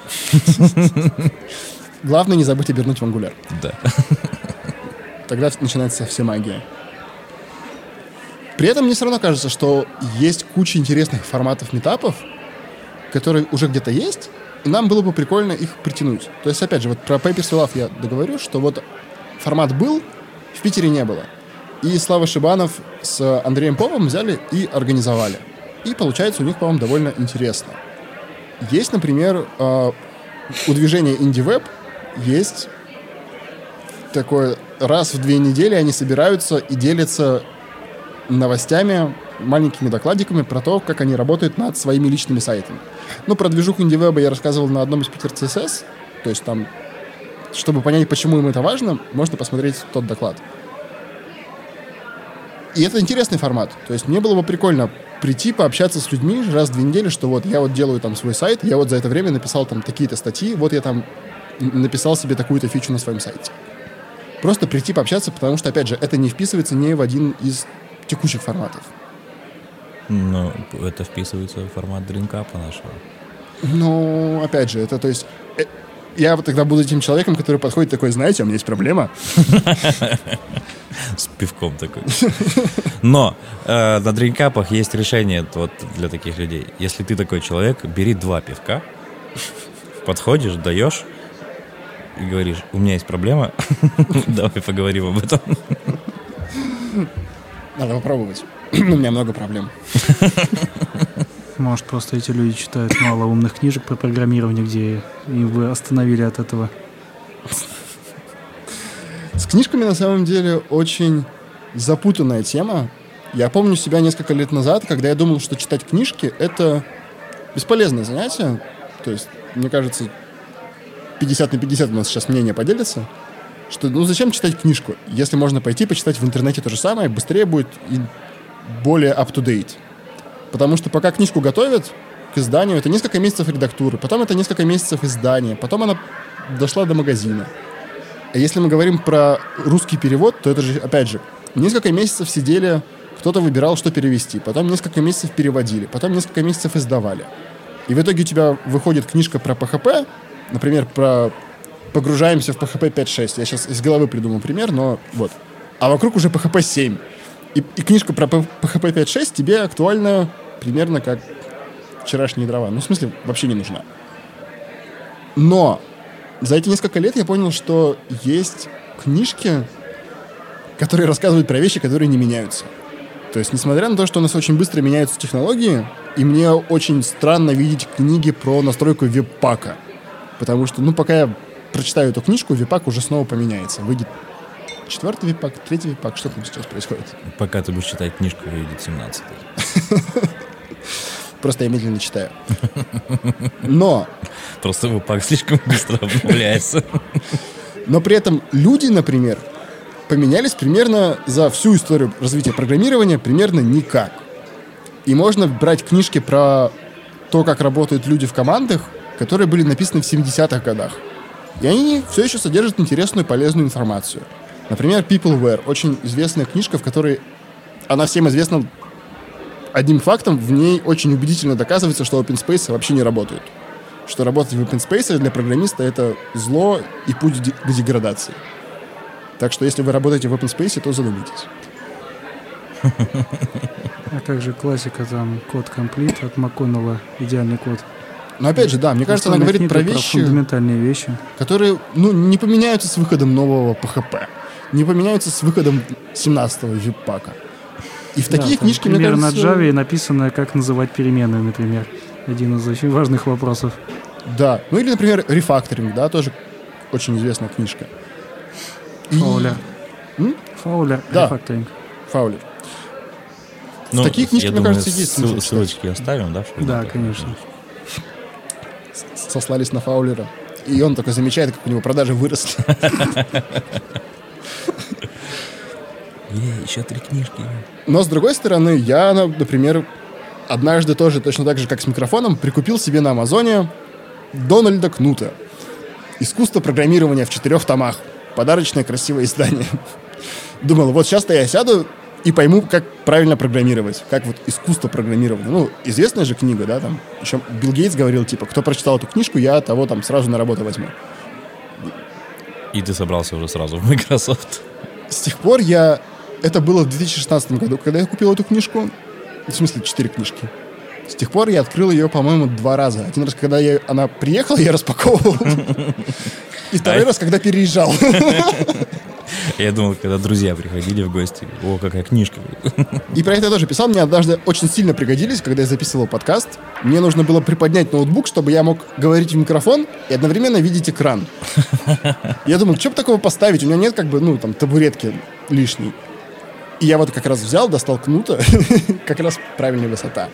Speaker 4: Главное не забыть обернуть в Angular.
Speaker 3: Да.
Speaker 4: Тогда начинается вся магия. При этом мне все равно кажется, что есть куча интересных форматов митапов, которые уже где-то есть, и нам было бы прикольно их притянуть. То есть, опять же, вот про Papers We Love я договорю, что вот формат был, в Питере не было. И Слава Шибанов с Андреем Поповым взяли и организовали. И получается у них, по-моему, довольно интересно. Есть, например, у движения IndieWeb есть такое, раз в 2 недели они собираются и делятся новостями, маленькими докладиками про то, как они работают над своими личными сайтами. Ну, про движуху IndieWeb я рассказывал на одном из Питер CSS, то есть там, чтобы понять, почему им это важно, можно посмотреть тот доклад. И это интересный формат. То есть мне было бы прикольно прийти, пообщаться с людьми раз в 2 недели, что вот я вот делаю там свой сайт, я вот за это время написал там такие-то статьи, вот я там написал себе такую-то фичу на своем сайте. Просто прийти пообщаться, потому что, опять же, это не вписывается ни в один из текущих форматов.
Speaker 3: Ну, это вписывается в формат дринкапа нашего.
Speaker 4: Ну, опять же, это, то есть... Я вот тогда буду этим человеком, который подходит такой, знаете, у меня есть проблема.
Speaker 3: С пивком такой. Но на дринкапах есть решение вот для таких людей. Если ты такой человек, бери 2 пивка, подходишь, даешь и говоришь, у меня есть проблема, давай поговорим об этом.
Speaker 4: Надо попробовать. У меня много проблем.
Speaker 2: Может, просто эти люди читают мало умных книжек про программирование, где и вы остановили от этого.
Speaker 4: С книжками, на самом деле, очень запутанная тема. Я помню себя несколько лет назад, когда я думал, что читать книжки — это бесполезное занятие. То есть, мне кажется, 50 на 50 у нас сейчас мнение поделится, что ну зачем читать книжку, если можно пойти почитать в интернете то же самое, быстрее будет и более up-to-date. Потому что пока книжку готовят к изданию, это несколько месяцев редактуры, потом это несколько месяцев издания, потом она дошла до магазина. А если мы говорим про русский перевод, то это же, опять же, несколько месяцев сидели, кто-то выбирал, что перевести, потом несколько месяцев переводили, потом несколько месяцев издавали. И в итоге у тебя выходит книжка про PHP, например, про погружаемся в PHP 5.6. Я сейчас из головы придумал пример, но вот. А вокруг уже PHP 7. И книжка про PHP 5.6 тебе актуальна примерно как вчерашние дрова. Ну, в смысле, вообще не нужна. Но за эти несколько лет я понял, что есть книжки, которые рассказывают про вещи, которые не меняются. То есть, несмотря на то, что у нас очень быстро меняются технологии, и мне очень странно видеть книги про настройку веб-пака. Потому что, ну, пока я прочитаю эту книжку, веб-пак уже снова поменяется. Выйдет 4-й веб-пак, 3-й веб-пак. Что там сейчас происходит?
Speaker 3: Пока ты будешь читать книжку, выйдет 17-й.
Speaker 4: Просто я медленно читаю. Но...
Speaker 3: Просто веб-пак слишком быстро обновляется.
Speaker 4: Но при этом люди, например, поменялись примерно за всю историю развития программирования примерно никак. И можно брать книжки про то, как работают люди в командах, которые были написаны в 70-х годах. И они все еще содержат интересную, полезную информацию. Например, Peopleware. Очень известная книжка, в которой она всем известна одним фактом. В ней очень убедительно доказывается, что open space вообще не работают. Что работать в open space для программиста — это зло и путь к деградации. Так что если вы работаете в open space, то задумайтесь.
Speaker 2: А как же классика, там, код комплит от МакКоннелла, идеальный код.
Speaker 4: Но опять же, да, мне кажется, она говорит про вещи,
Speaker 2: фундаментальные вещи,
Speaker 4: которые, ну, не поменяются с выходом нового PHP, не поменяются с выходом 17-го веб-пака. И в такие книжки, мне кажется...
Speaker 2: Например, на Java написано, как называть переменные, например. Один из очень важных вопросов.
Speaker 4: Да, ну или, например, рефакторинг, да, тоже очень известная книжка.
Speaker 2: Фаулер. Фаулер,
Speaker 4: да.
Speaker 2: Рефакторинг.
Speaker 4: Фаулер.
Speaker 3: Ну,
Speaker 4: такие книжки, мне
Speaker 3: думаю,
Speaker 4: кажется, есть смысл читать.
Speaker 3: Ссылочки оставим, да?
Speaker 2: Да, конечно.
Speaker 4: Сослались на Фаулера. И он такой замечает, как у него продажи выросли.
Speaker 3: Еще 3 книжки.
Speaker 4: Но, с другой стороны, я, например, однажды тоже, точно так же, как с микрофоном, прикупил себе на Амазоне Дональда Кнута. «Искусство программирования в 4 томах». Подарочное красивое издание. Думал, вот сейчас-то я сяду и пойму, как правильно программировать, как вот искусство программирования. Ну, известная же книга, да, там. Еще Билл Гейтс говорил, типа, кто прочитал эту книжку, я того там сразу на работу возьму.
Speaker 3: И ты собрался уже сразу в Microsoft.
Speaker 4: С тех пор это было в 2016 году, когда я купил эту книжку. В смысле, 4 книжки. С тех пор я открыл ее, по-моему, 2 раза. Один раз, когда она приехала, я распаковывал. И второй раз, когда переезжал.
Speaker 3: Я думал, когда друзья приходили в гости. О, какая книжка.
Speaker 4: И про это я тоже писал. Мне однажды очень сильно пригодились, когда я записывал подкаст. Мне нужно было приподнять ноутбук, чтобы я мог говорить в микрофон и одновременно видеть экран. Я думал, что бы такого поставить? У меня нет там табуретки лишней. И я вот как раз взял, достал кнута. Как раз правильная высота.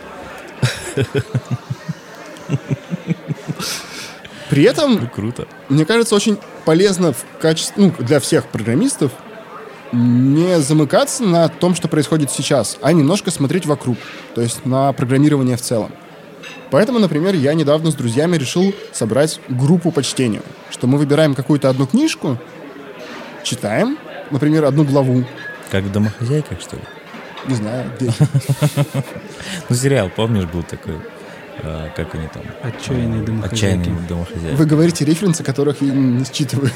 Speaker 4: При этом,
Speaker 3: круто.
Speaker 4: Мне кажется, очень полезно в качестве, для всех программистов не замыкаться на том, что происходит сейчас, а немножко смотреть вокруг, то есть на программирование в целом. Поэтому, например, я недавно с друзьями решил собрать группу по чтению, что мы выбираем какую-то одну книжку, читаем, например, одну главу.
Speaker 3: Как в «Домохозяйках», что ли?
Speaker 4: Не знаю, где.
Speaker 3: Ну, сериал, помнишь, был такой? Как они там?
Speaker 2: «Отчаянные домохозяйки».
Speaker 4: Вы говорите референсы, которых я не считываю.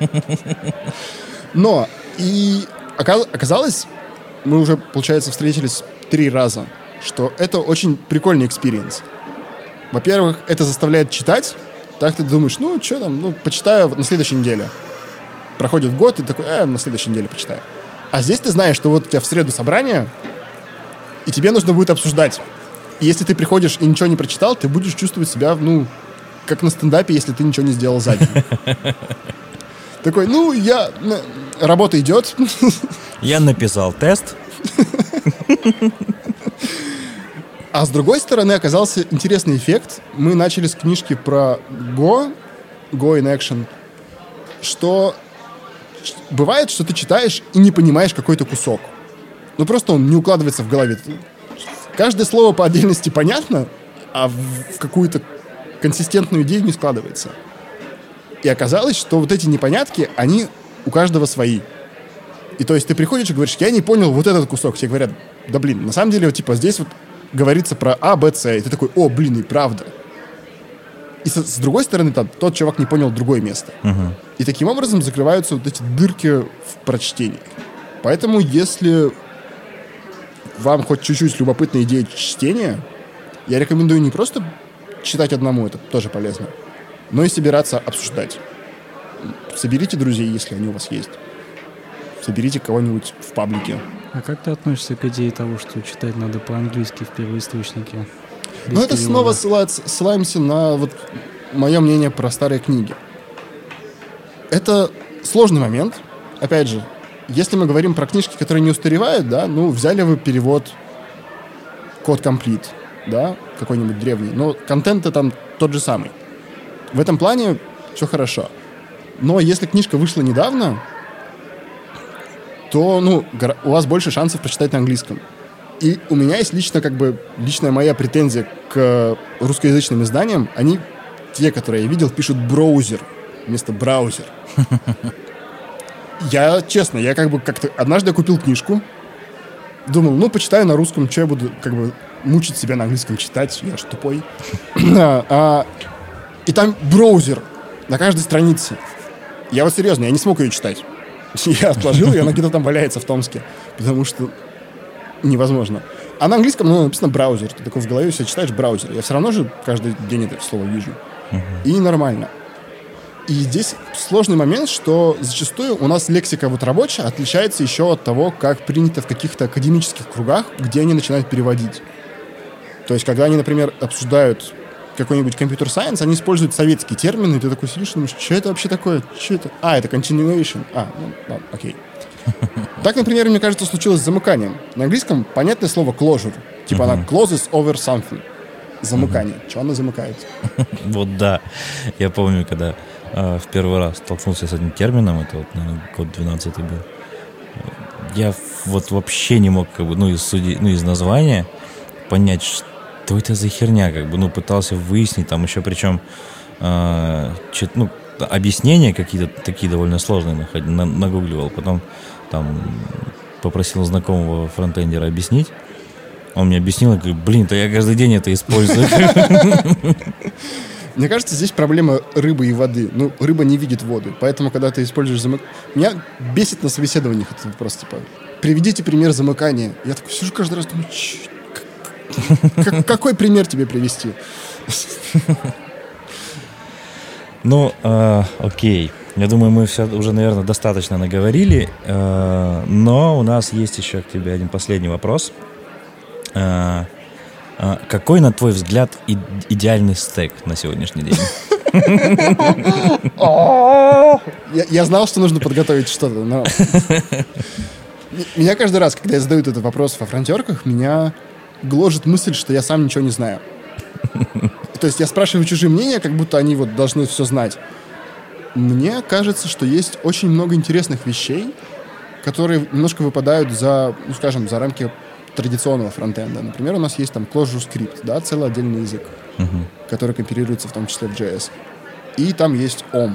Speaker 4: Но и оказалось, мы уже, получается, встретились 3 раза, что это очень прикольный экспириенс. Во-первых, это заставляет читать. Так ты думаешь, что там, почитаю на следующей неделе. Проходит год, и такой, на следующей неделе почитаю. А здесь ты знаешь, что вот у тебя в среду собрание, и тебе нужно будет обсуждать. И если ты приходишь и ничего не прочитал, ты будешь чувствовать себя, как на стендапе, если ты ничего не сделал за день. Такой, работа идет.
Speaker 3: Я написал тест.
Speaker 4: А с другой стороны оказался интересный эффект. Мы начали с книжки про Go in Action, что бывает, что ты читаешь и не понимаешь какой-то кусок. Просто он не укладывается в голове. Каждое слово по отдельности понятно, а в какую-то консистентную идею не складывается. И оказалось, что вот эти непонятки, они у каждого свои. И то есть ты приходишь и говоришь, я не понял вот этот кусок. Тебе говорят, на самом деле, здесь вот говорится про А, Б, С. И ты такой, и правда. И с другой стороны, тот чувак не понял другое место.
Speaker 3: Угу.
Speaker 4: И таким образом закрываются вот эти дырки в прочтении. Поэтому, если вам хоть чуть-чуть любопытная идея чтения, я рекомендую не просто читать одному, это тоже полезно, но и собираться обсуждать. Соберите друзей, если они у вас есть. Соберите кого-нибудь в паблике.
Speaker 2: А как ты относишься к идее того, что читать надо по-английски в первоисточнике?
Speaker 4: Это снова ссылаемся на мое мнение про старые книги. Это сложный момент. Опять же, если мы говорим про книжки, которые не устаревают, взяли вы перевод Code Complete, какой-нибудь древний, но контент-то там тот же самый. В этом плане все хорошо. Но если книжка вышла недавно, то, у вас больше шансов прочитать на английском. И у меня есть личная моя претензия к русскоязычным изданиям. Они, те, которые я видел, пишут браузер вместо браузер. Я, честно, я как-то однажды купил книжку, думал, почитаю на русском, что я буду мучить себя на английском читать, я ж тупой. И там браузер на каждой странице. Я серьезно, я не смог ее читать. Я отложил, и она где-то там валяется в Томске, потому что невозможно. А на английском написано браузер. Ты такой в голове все читаешь браузер. Я все равно же каждый день это слово вижу. И нормально. И здесь сложный момент, что зачастую у нас лексика рабочая отличается еще от того, как принято в каких-то академических кругах, где они начинают переводить. То есть, когда они, например, обсуждают какой-нибудь компьютер-сайенс, они используют советские термины, и ты такой сидишь и думаешь, что это вообще такое? Что это? Это continuation. Ладно, окей. Так, например, мне кажется, случилось с замыканием. На английском понятное слово closure. Типа она closes over something. Замыкание. Чего она замыкает?
Speaker 3: Вот да. Я помню, когда в первый раз столкнулся с этим термином, это наверное, год 12 был. Я вообще не мог из названия понять, что это за херня, пытался выяснить, там еще причем объяснения какие-то такие довольно сложные нагугливал, потом там попросил знакомого фронтендера объяснить. Он мне объяснил, я говорю, да я каждый день это использую.
Speaker 4: Мне кажется, здесь проблема рыбы и воды. Ну, рыба не видит воду, поэтому, когда ты используешь меня бесит на собеседованиях этот вопрос, типа, приведите пример замыкания. Я такой сижу каждый раз, думаю, какой пример тебе привести?
Speaker 3: Ну, окей. Я думаю, мы все уже, наверное, достаточно наговорили, но у нас есть еще к тебе один последний вопрос. Какой, на твой взгляд, идеальный стек на сегодняшний день?
Speaker 4: Я знал, что нужно подготовить что-то, но... Меня каждый раз, когда я задаю этот вопрос во фронтерках, меня гложет мысль, что я сам ничего не знаю. То есть я спрашиваю чужие мнения, как будто они вот должны все знать. Мне кажется, что есть очень много интересных вещей, которые немножко выпадают за, ну, скажем, за рамки традиционного фронтенда. Например, у нас есть там ClojureScript, да, целый отдельный язык, который компилируется в том числе в JS. И там есть OM.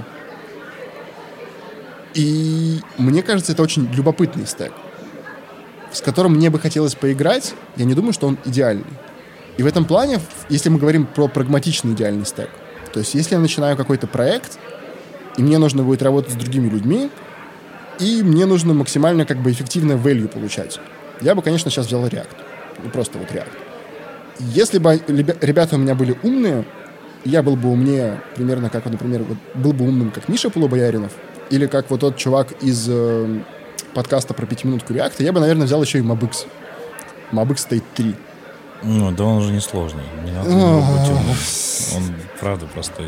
Speaker 4: И мне кажется, это очень любопытный стек, с которым мне бы хотелось поиграть. Я не думаю, что он идеальный. И в этом плане, если мы говорим про прагматичный идеальный стек, то есть если я начинаю какой-то проект, и мне нужно будет работать с другими людьми, и мне нужно максимально как бы эффективно value получать, я бы, конечно, сейчас взял React. Ну, просто вот React. Если бы ребята у меня были умные, я был бы умнее примерно как, например, вот, был бы умным, как Миша Полубояринов, или как вот тот чувак из подкаста про 5-минутку React, я бы, наверное, взял еще и MobX. MobX State 3.
Speaker 3: Ну, да он же не сложный. Не надо его быть умным. Он, правда, простой.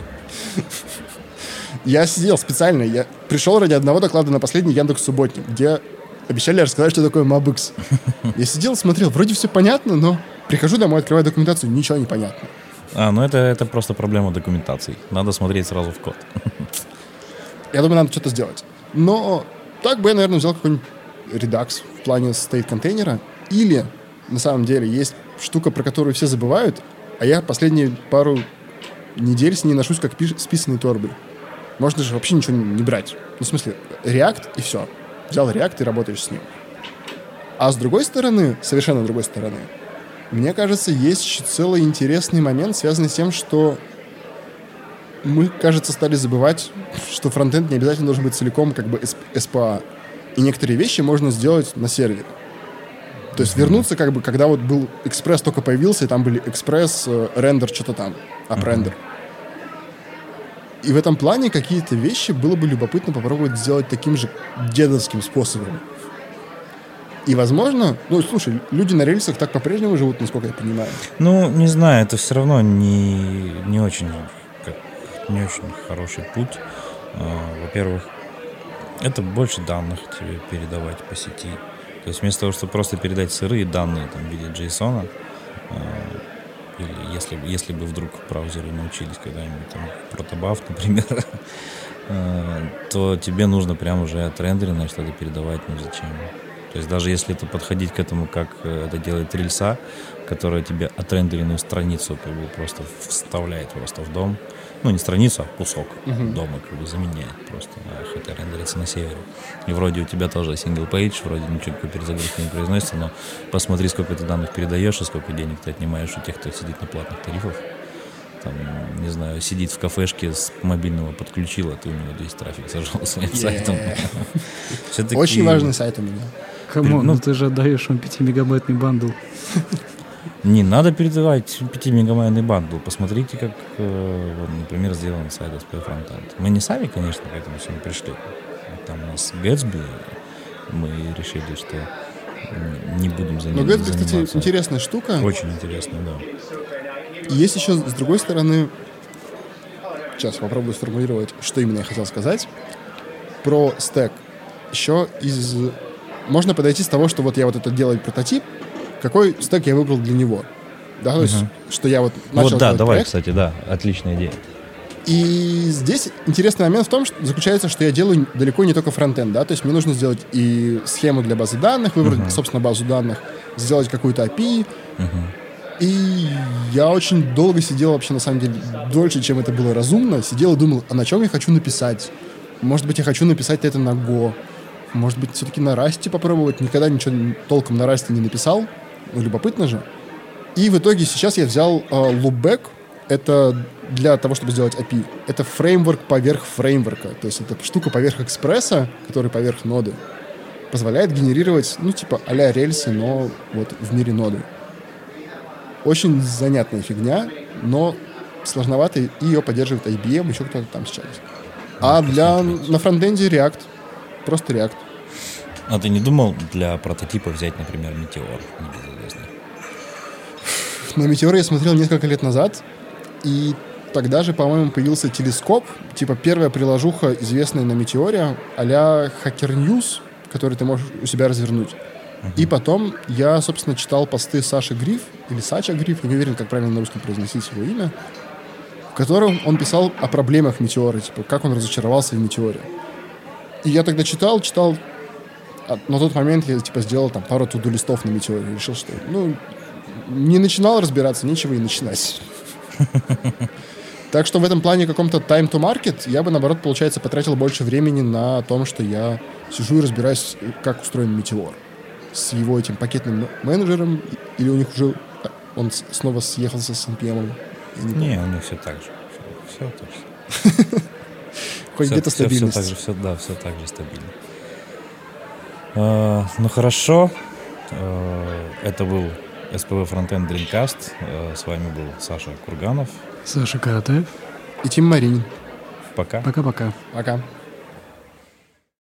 Speaker 4: Я сидел специально, я пришел ради одного доклада на последний Яндекс.Субботник, где обещали рассказать, что такое MobX. Я сидел, смотрел, вроде все понятно, но прихожу домой, открываю документацию, ничего не понятно.
Speaker 3: Ну это просто проблема документации. Надо смотреть сразу в код.
Speaker 4: Я думаю, надо что-то сделать. Но так бы я, наверное, взял какой-нибудь Redux в плане state-контейнера. Или, на самом деле, есть штука, про которую все забывают, а я последние пару недель с ней ношусь как с писаной торбой. Можно же вообще ничего не брать. Ну, в смысле, React и все. Взял React и работаешь с ним. А с другой стороны, совершенно другой стороны, мне кажется, есть еще целый интересный момент, связанный с тем, что мы, кажется, стали забывать, что фронтенд не обязательно должен быть целиком как бы SPA. И некоторые вещи можно сделать на сервере. То есть вернуться, как бы, когда вот был Express только появился, и там были Express, рендер, что-то там, AppRender. И в этом плане какие-то вещи было бы любопытно попробовать сделать таким же дедовским способом. И, возможно, ну, слушай, люди на рельсах так по-прежнему живут, насколько я понимаю.
Speaker 3: Ну, не знаю, это все равно не очень хороший путь. Во-первых, это больше данных тебе передавать по сети. То есть вместо того, чтобы просто передать сырые данные там, в виде JSON, или если бы вдруг браузеры научились когда-нибудь, там, протобаф, например, то тебе нужно прямо уже отрендеренное что-то передавать, ну зачем? То есть даже если это подходить к этому, как это делает рельса, которая тебе отрендеренную страницу как бы просто вставляет просто в дом, ну не страницу, а кусок дома как бы заменяет просто, хотя рендерится на севере. И вроде у тебя тоже single page, вроде ничего никакой перезагрузки не произносится, но посмотри, сколько ты данных передаешь и сколько денег ты отнимаешь у тех, кто сидит на платных тарифах. Там, не знаю, сидит в кафешке, с мобильного подключил, а ты у него весь трафик сожрал своим сайтом.
Speaker 4: Очень важный сайт у меня.
Speaker 2: Камон, ну ты же отдаешь вам 5-мегабайтный бандл.
Speaker 3: Не надо передавать 5-мегабайтный бандл. Посмотрите, как, например, сделан сайт SP Frontend. Мы не сами, конечно, к этому всему пришли. Там у нас Gatsby, мы решили, что не будем заниматься.
Speaker 4: Но Gatsby, кстати, интересная штука.
Speaker 3: Очень интересная, да.
Speaker 4: И есть еще, с другой стороны, сейчас попробую сформулировать, что именно я хотел сказать, про стек. Еще можно подойти с того, что вот я вот это делаю прототип, какой стек я выбрал для него. Да, то есть, что я вот начал
Speaker 3: вот, да, давай,
Speaker 4: проект.
Speaker 3: Кстати, да, отличная идея.
Speaker 4: И здесь интересный момент в том, что заключается, что я делаю далеко не только фронтенд, да, то есть мне нужно сделать и схему для базы данных, выбрать, собственно, базу данных, сделать какую-то API. И я очень долго сидел вообще, на самом деле, дольше, чем это было разумно, сидел и думал, а на чем я хочу написать? Может быть, я хочу написать это на Go, Может быть, все-таки на Расте попробовать. Никогда ничего толком на Расте не написал. Ну, любопытно же. И в итоге сейчас я взял Loopback. Это для того, чтобы сделать API. Это фреймворк поверх фреймворка. То есть это штука поверх экспресса, который поверх ноды, позволяет генерировать, ну, типа а-ля рельсы, но вот в мире ноды. Очень занятная фигня, но сложновато, и ее поддерживает IBM, еще кто-то там сейчас. А на фронтенде React. Просто React.
Speaker 3: А ты не думал для прототипа взять, например, Meteor небезызвестный?
Speaker 4: На Meteor я смотрел несколько лет назад, и тогда же, по-моему, появился телескоп, типа первая приложуха, известная на Meteor, а-ля Hacker News, который ты можешь у себя развернуть. И потом я, собственно, читал посты Саши Гриф, или Сача Гриф, я не уверен, как правильно на русском произносить его имя, в котором он писал о проблемах Meteor, типа, как он разочаровался в Meteor. И я тогда читал, а на тот момент я, типа, сделал там пару туду-листов на Meteor, и решил, что, ну, не начинал разбираться, нечего и начинать. Так что в этом плане каком-то time to market я бы, наоборот, получается, потратил больше времени на том, что я сижу и разбираюсь, как устроен Meteor. С его этим пакетным менеджером, или у них уже он снова съехался с NPM?
Speaker 3: Не, у них все так же. Все так же.
Speaker 4: Хоть где-то стабильность.
Speaker 3: Все так же стабильно. Ну хорошо. Это был СПБ Frontend Dreamcast. С вами был Саша Курганов.
Speaker 2: Саша Каратаев.
Speaker 4: И Тим Маринин.
Speaker 3: Пока.
Speaker 2: Пока-пока.
Speaker 4: Пока.